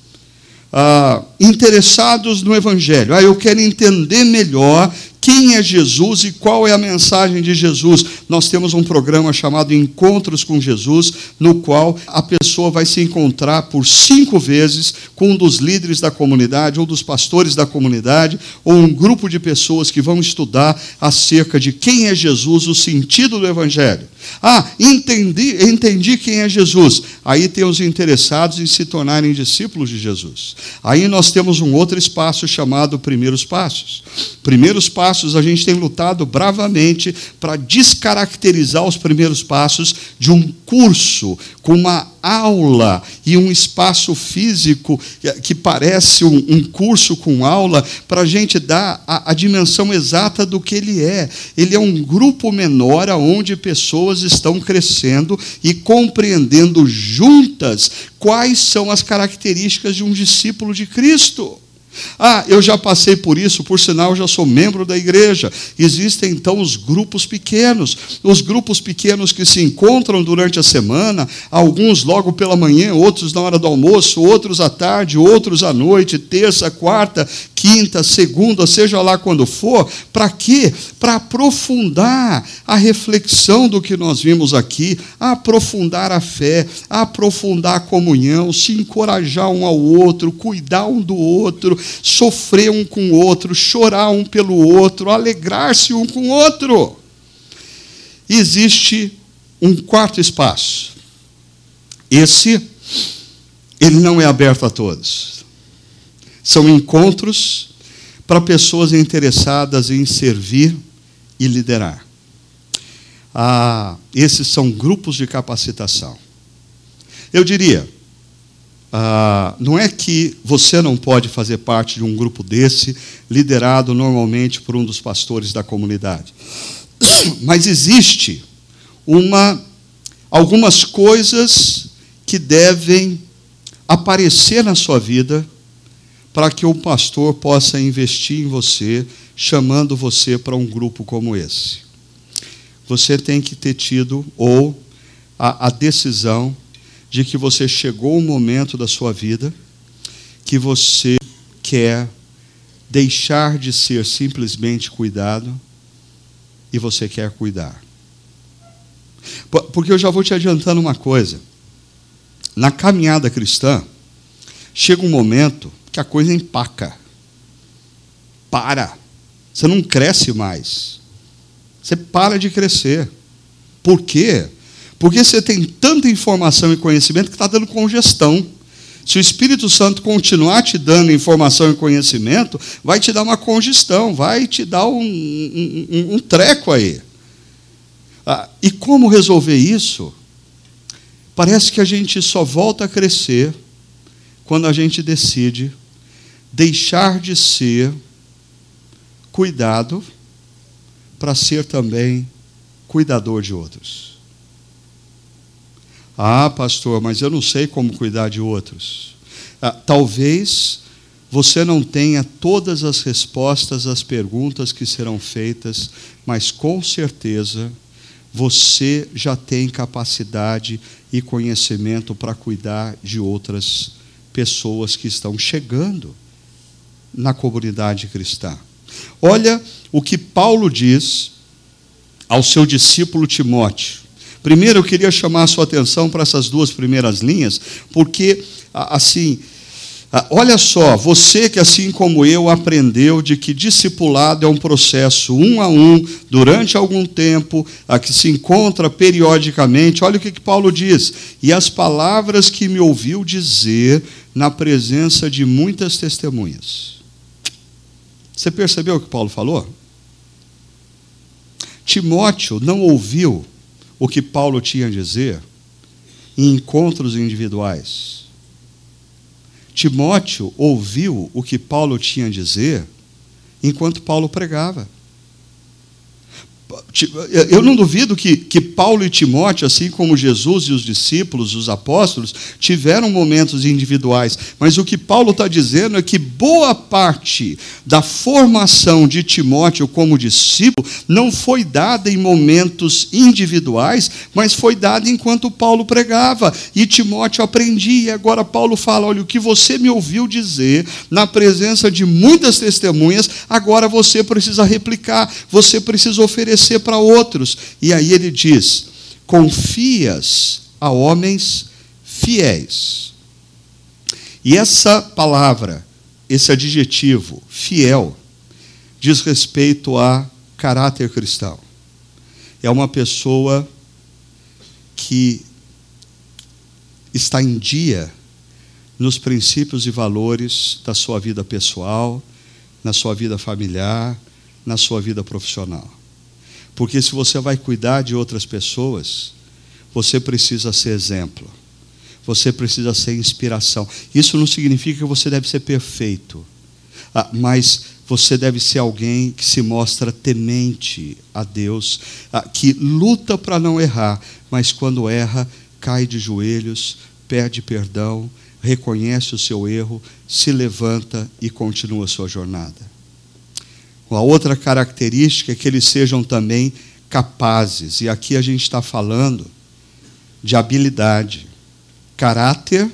Interessados no Evangelho. Eu quero entender melhor quem é Jesus e qual é a mensagem de Jesus. Nós temos um programa chamado Encontros com Jesus, no qual a pessoa vai se encontrar por 5 vezes com um dos líderes da comunidade, ou dos pastores da comunidade, ou um grupo de pessoas que vão estudar acerca de quem é Jesus, o sentido do Evangelho. Entendi quem é Jesus. Aí tem os interessados em se tornarem discípulos de Jesus. Aí nós temos um outro espaço chamado Primeiros Passos. Primeiros Passos, a gente tem lutado bravamente para descaracterizar os primeiros passos de um curso com uma aula e um espaço físico que parece um curso com aula, para a gente dar a dimensão exata do que ele é. Ele é um grupo menor onde pessoas estão crescendo e compreendendo juntas quais são as características de um discípulo de Cristo. Eu já passei por isso, por sinal, eu já sou membro da igreja. Existem, então, os grupos pequenos que se encontram durante a semana, alguns logo pela manhã, outros na hora do almoço, outros à tarde, outros à noite, terça, quarta, quinta, segunda, seja lá quando for. Para quê? Para aprofundar a reflexão do que nós vimos aqui, aprofundar a fé, aprofundar a comunhão, se encorajar um ao outro, cuidar um do outro, sofrer um com o outro, chorar um pelo outro, alegrar-se um com o outro. Existe um 4º espaço. Ele não é aberto a todos. São encontros para pessoas interessadas em servir e liderar. Esses são grupos de capacitação. Eu diria, não é que você não pode fazer parte de um grupo desse, liderado normalmente por um dos pastores da comunidade. Mas existe algumas coisas que devem aparecer na sua vida para que o pastor possa investir em você, chamando você para um grupo como esse. Você tem que ter tido a decisão de que você chegou um momento da sua vida que você quer deixar de ser simplesmente cuidado e você quer cuidar. Porque eu já vou te adiantando uma coisa. Na caminhada cristã, chega um momento que a coisa empaca. Você não cresce mais. Você para de crescer. Por quê? Porque você tem tanta informação e conhecimento que está dando congestão. Se o Espírito Santo continuar te dando informação e conhecimento, vai te dar uma congestão, vai te dar um treco aí. E como resolver isso? Parece que a gente só volta a crescer quando a gente decide deixar de ser cuidado para ser também cuidador de outros. Pastor, mas eu não sei como cuidar de outros. Talvez você não tenha todas as respostas às perguntas que serão feitas, mas com certeza você já tem capacidade e conhecimento para cuidar de outras pessoas que estão chegando na comunidade cristã. Olha o que Paulo diz ao seu discípulo Timóteo. Primeiro, eu queria chamar a sua atenção para essas 2 primeiras linhas, porque, assim, Olha só, você que assim como eu aprendeu de que discipulado é um processo um a um, durante algum tempo, que se encontra periodicamente, olha o que Paulo diz: e as palavras que me ouviu dizer na presença de muitas testemunhas. Você percebeu o que Paulo falou? Timóteo não ouviu o que Paulo tinha a dizer em encontros individuais. Timóteo ouviu o que Paulo tinha a dizer enquanto Paulo pregava. Eu não duvido que Paulo e Timóteo, assim como Jesus e os discípulos, os apóstolos, tiveram momentos individuais, mas o que Paulo está dizendo é que boa parte da formação de Timóteo como discípulo não foi dada em momentos individuais, mas foi dada enquanto Paulo pregava, e Timóteo aprendia. E agora Paulo fala: olha, o que você me ouviu dizer na presença de muitas testemunhas, agora você precisa replicar, você precisa oferecer para outros. E aí ele diz: confias a homens fiéis. E essa palavra, esse adjetivo, fiel, diz respeito a caráter cristão. É uma pessoa que está em dia nos princípios e valores da sua vida pessoal, na sua vida familiar, na sua vida profissional. Porque se você vai cuidar de outras pessoas, você precisa ser exemplo. Você precisa ser inspiração. Isso não significa que você deve ser perfeito, mas você deve ser alguém que se mostra temente a Deus, que luta para não errar, mas quando erra, cai de joelhos, pede perdão, reconhece o seu erro, se levanta e continua a sua jornada. A outra característica é que eles sejam também capazes. E aqui a gente está falando de habilidade, caráter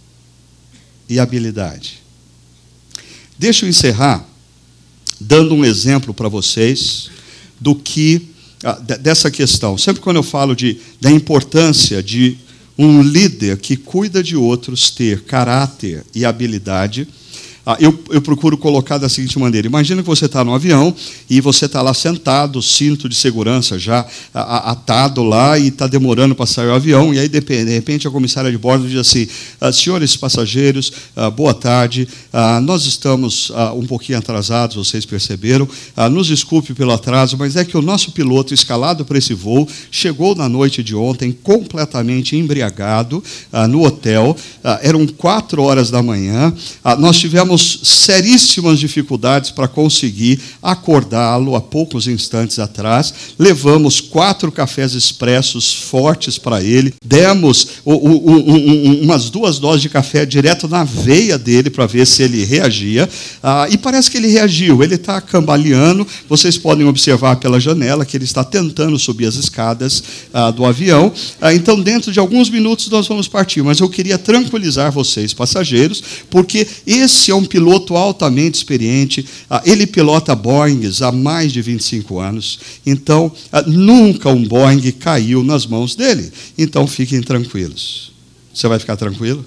e habilidade. Deixa eu encerrar dando um exemplo para vocês do que dessa questão. Sempre quando eu falo da importância de um líder que cuida de outros ter caráter e habilidade, eu procuro colocar da seguinte maneira: imagina que você está no avião e você está lá sentado, cinto de segurança já atado lá, e está demorando para sair o avião, e aí de repente a comissária de bordo diz assim: senhores passageiros, boa tarde, nós estamos um pouquinho atrasados, vocês perceberam, nos desculpe pelo atraso, mas é que o nosso piloto escalado para esse voo chegou na noite de ontem completamente embriagado no hotel, eram 4 horas da manhã, nós tivemos seríssimas dificuldades para conseguir acordá-lo há poucos instantes atrás. Levamos 4 cafés expressos fortes para ele, demos umas 2 doses de café direto na veia dele para ver se ele reagia, e parece que ele reagiu. Ele está cambaleando, vocês podem observar pela janela que ele está tentando subir as escadas do avião. Então, dentro de alguns minutos nós vamos partir, mas eu queria tranquilizar vocês, passageiros, porque esse é um piloto altamente experiente, ele pilota Boeings há mais de 25 anos, então nunca um Boeing caiu nas mãos dele. Então fiquem tranquilos. Você vai ficar tranquilo?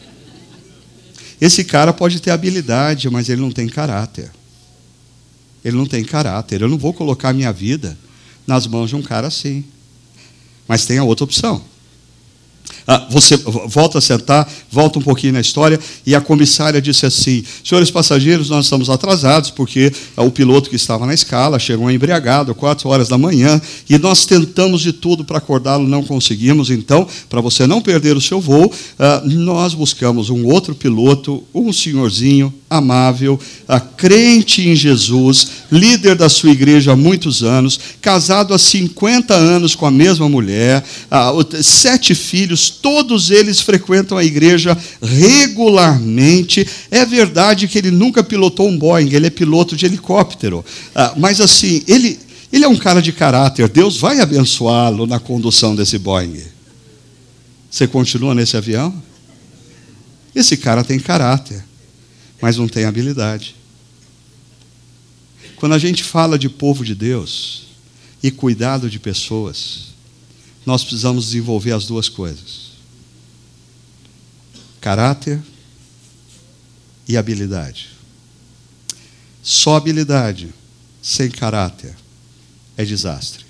Esse cara pode ter habilidade, mas ele não tem caráter. Ele não tem caráter. Eu não vou colocar minha vida nas mãos de um cara assim. Mas tem a outra opção. Você volta a sentar, volta um pouquinho na história, e a comissária disse assim: senhores passageiros, nós estamos atrasados, porque o piloto que estava na escala chegou embriagado, 4 horas da manhã, e nós tentamos de tudo para acordá-lo, não conseguimos. Então, para você não perder o seu voo, nós buscamos um outro piloto, um senhorzinho amável, crente em Jesus, líder da sua igreja há muitos anos, casado há 50 anos com a mesma mulher, 7 filhos, todos eles frequentam a igreja regularmente. É verdade que ele nunca pilotou um Boeing, ele é piloto de helicóptero, mas assim, ele é um cara de caráter. Deus vai abençoá-lo na condução desse Boeing. Você continua nesse avião? Esse cara tem caráter, mas não tem habilidade. Quando a gente fala de povo de Deus e cuidado de pessoas, nós precisamos desenvolver as duas coisas: caráter e habilidade. Só habilidade, sem caráter, é desastre.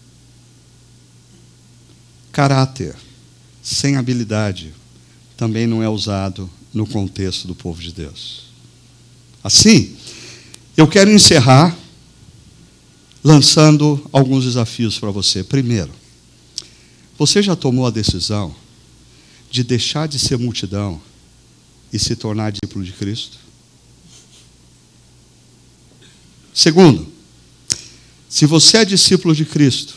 Caráter sem habilidade também não é usado no contexto do povo de Deus. Assim, eu quero encerrar lançando alguns desafios para você. Primeiro, você já tomou a decisão de deixar de ser multidão e se tornar discípulo de Cristo? Segundo, se você é discípulo de Cristo,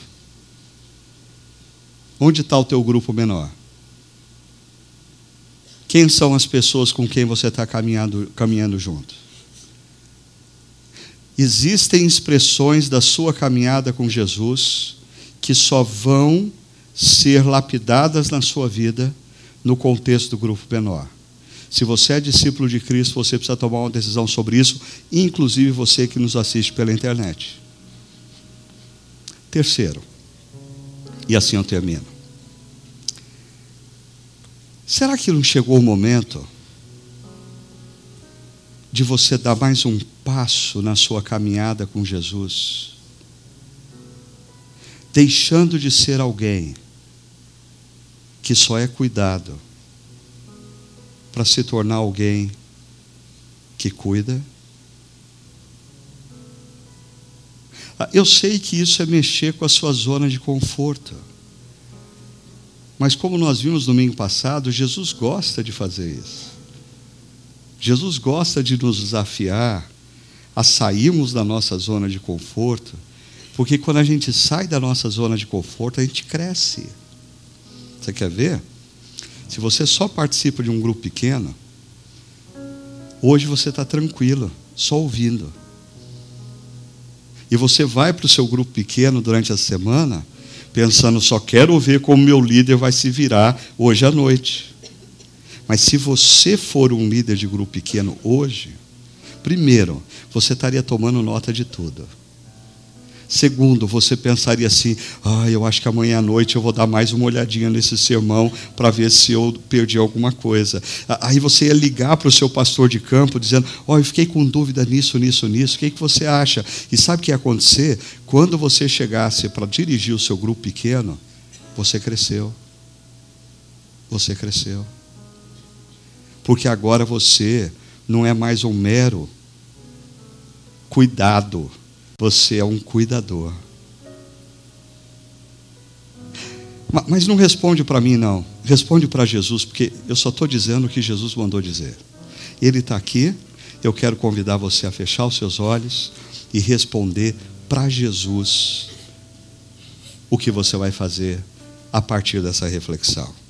onde está o teu grupo menor? Quem são as pessoas com quem você está caminhando junto? Existem expressões da sua caminhada com Jesus que só vão ser lapidadas na sua vida no contexto do grupo menor. Se você é discípulo de Cristo, você precisa tomar uma decisão sobre isso, inclusive você que nos assiste pela internet. Terceiro, e assim eu termino. Será que não chegou o momento de você dar mais um passo na sua caminhada com Jesus, deixando de ser alguém que só é cuidado para se tornar alguém que cuida? Eu sei que isso é mexer com a sua zona de conforto, mas como nós vimos domingo passado, Jesus gosta de fazer isso. Jesus gosta de nos desafiar a sairmos da nossa zona de conforto, porque quando a gente sai da nossa zona de conforto, a gente cresce. Você quer ver? Se você só participa de um grupo pequeno, hoje você está tranquilo, só ouvindo. E você vai para o seu grupo pequeno durante a semana, pensando, só quero ver como meu líder vai se virar hoje à noite. Mas se você for um líder de grupo pequeno hoje, primeiro, você estaria tomando nota de tudo. Segundo, você pensaria assim, eu acho que amanhã à noite eu vou dar mais uma olhadinha nesse sermão para ver se eu perdi alguma coisa. Aí você ia ligar para o seu pastor de campo dizendo, eu fiquei com dúvida nisso, o que você acha? E sabe o que ia acontecer? Quando você chegasse para dirigir o seu grupo pequeno, você cresceu. Você cresceu. Porque agora você não é mais um mero cuidado. Você é um cuidador. Mas não responde para mim, não. Responde para Jesus, porque eu só estou dizendo o que Jesus mandou dizer. Ele está aqui. Eu quero convidar você a fechar os seus olhos e responder para Jesus o que você vai fazer a partir dessa reflexão.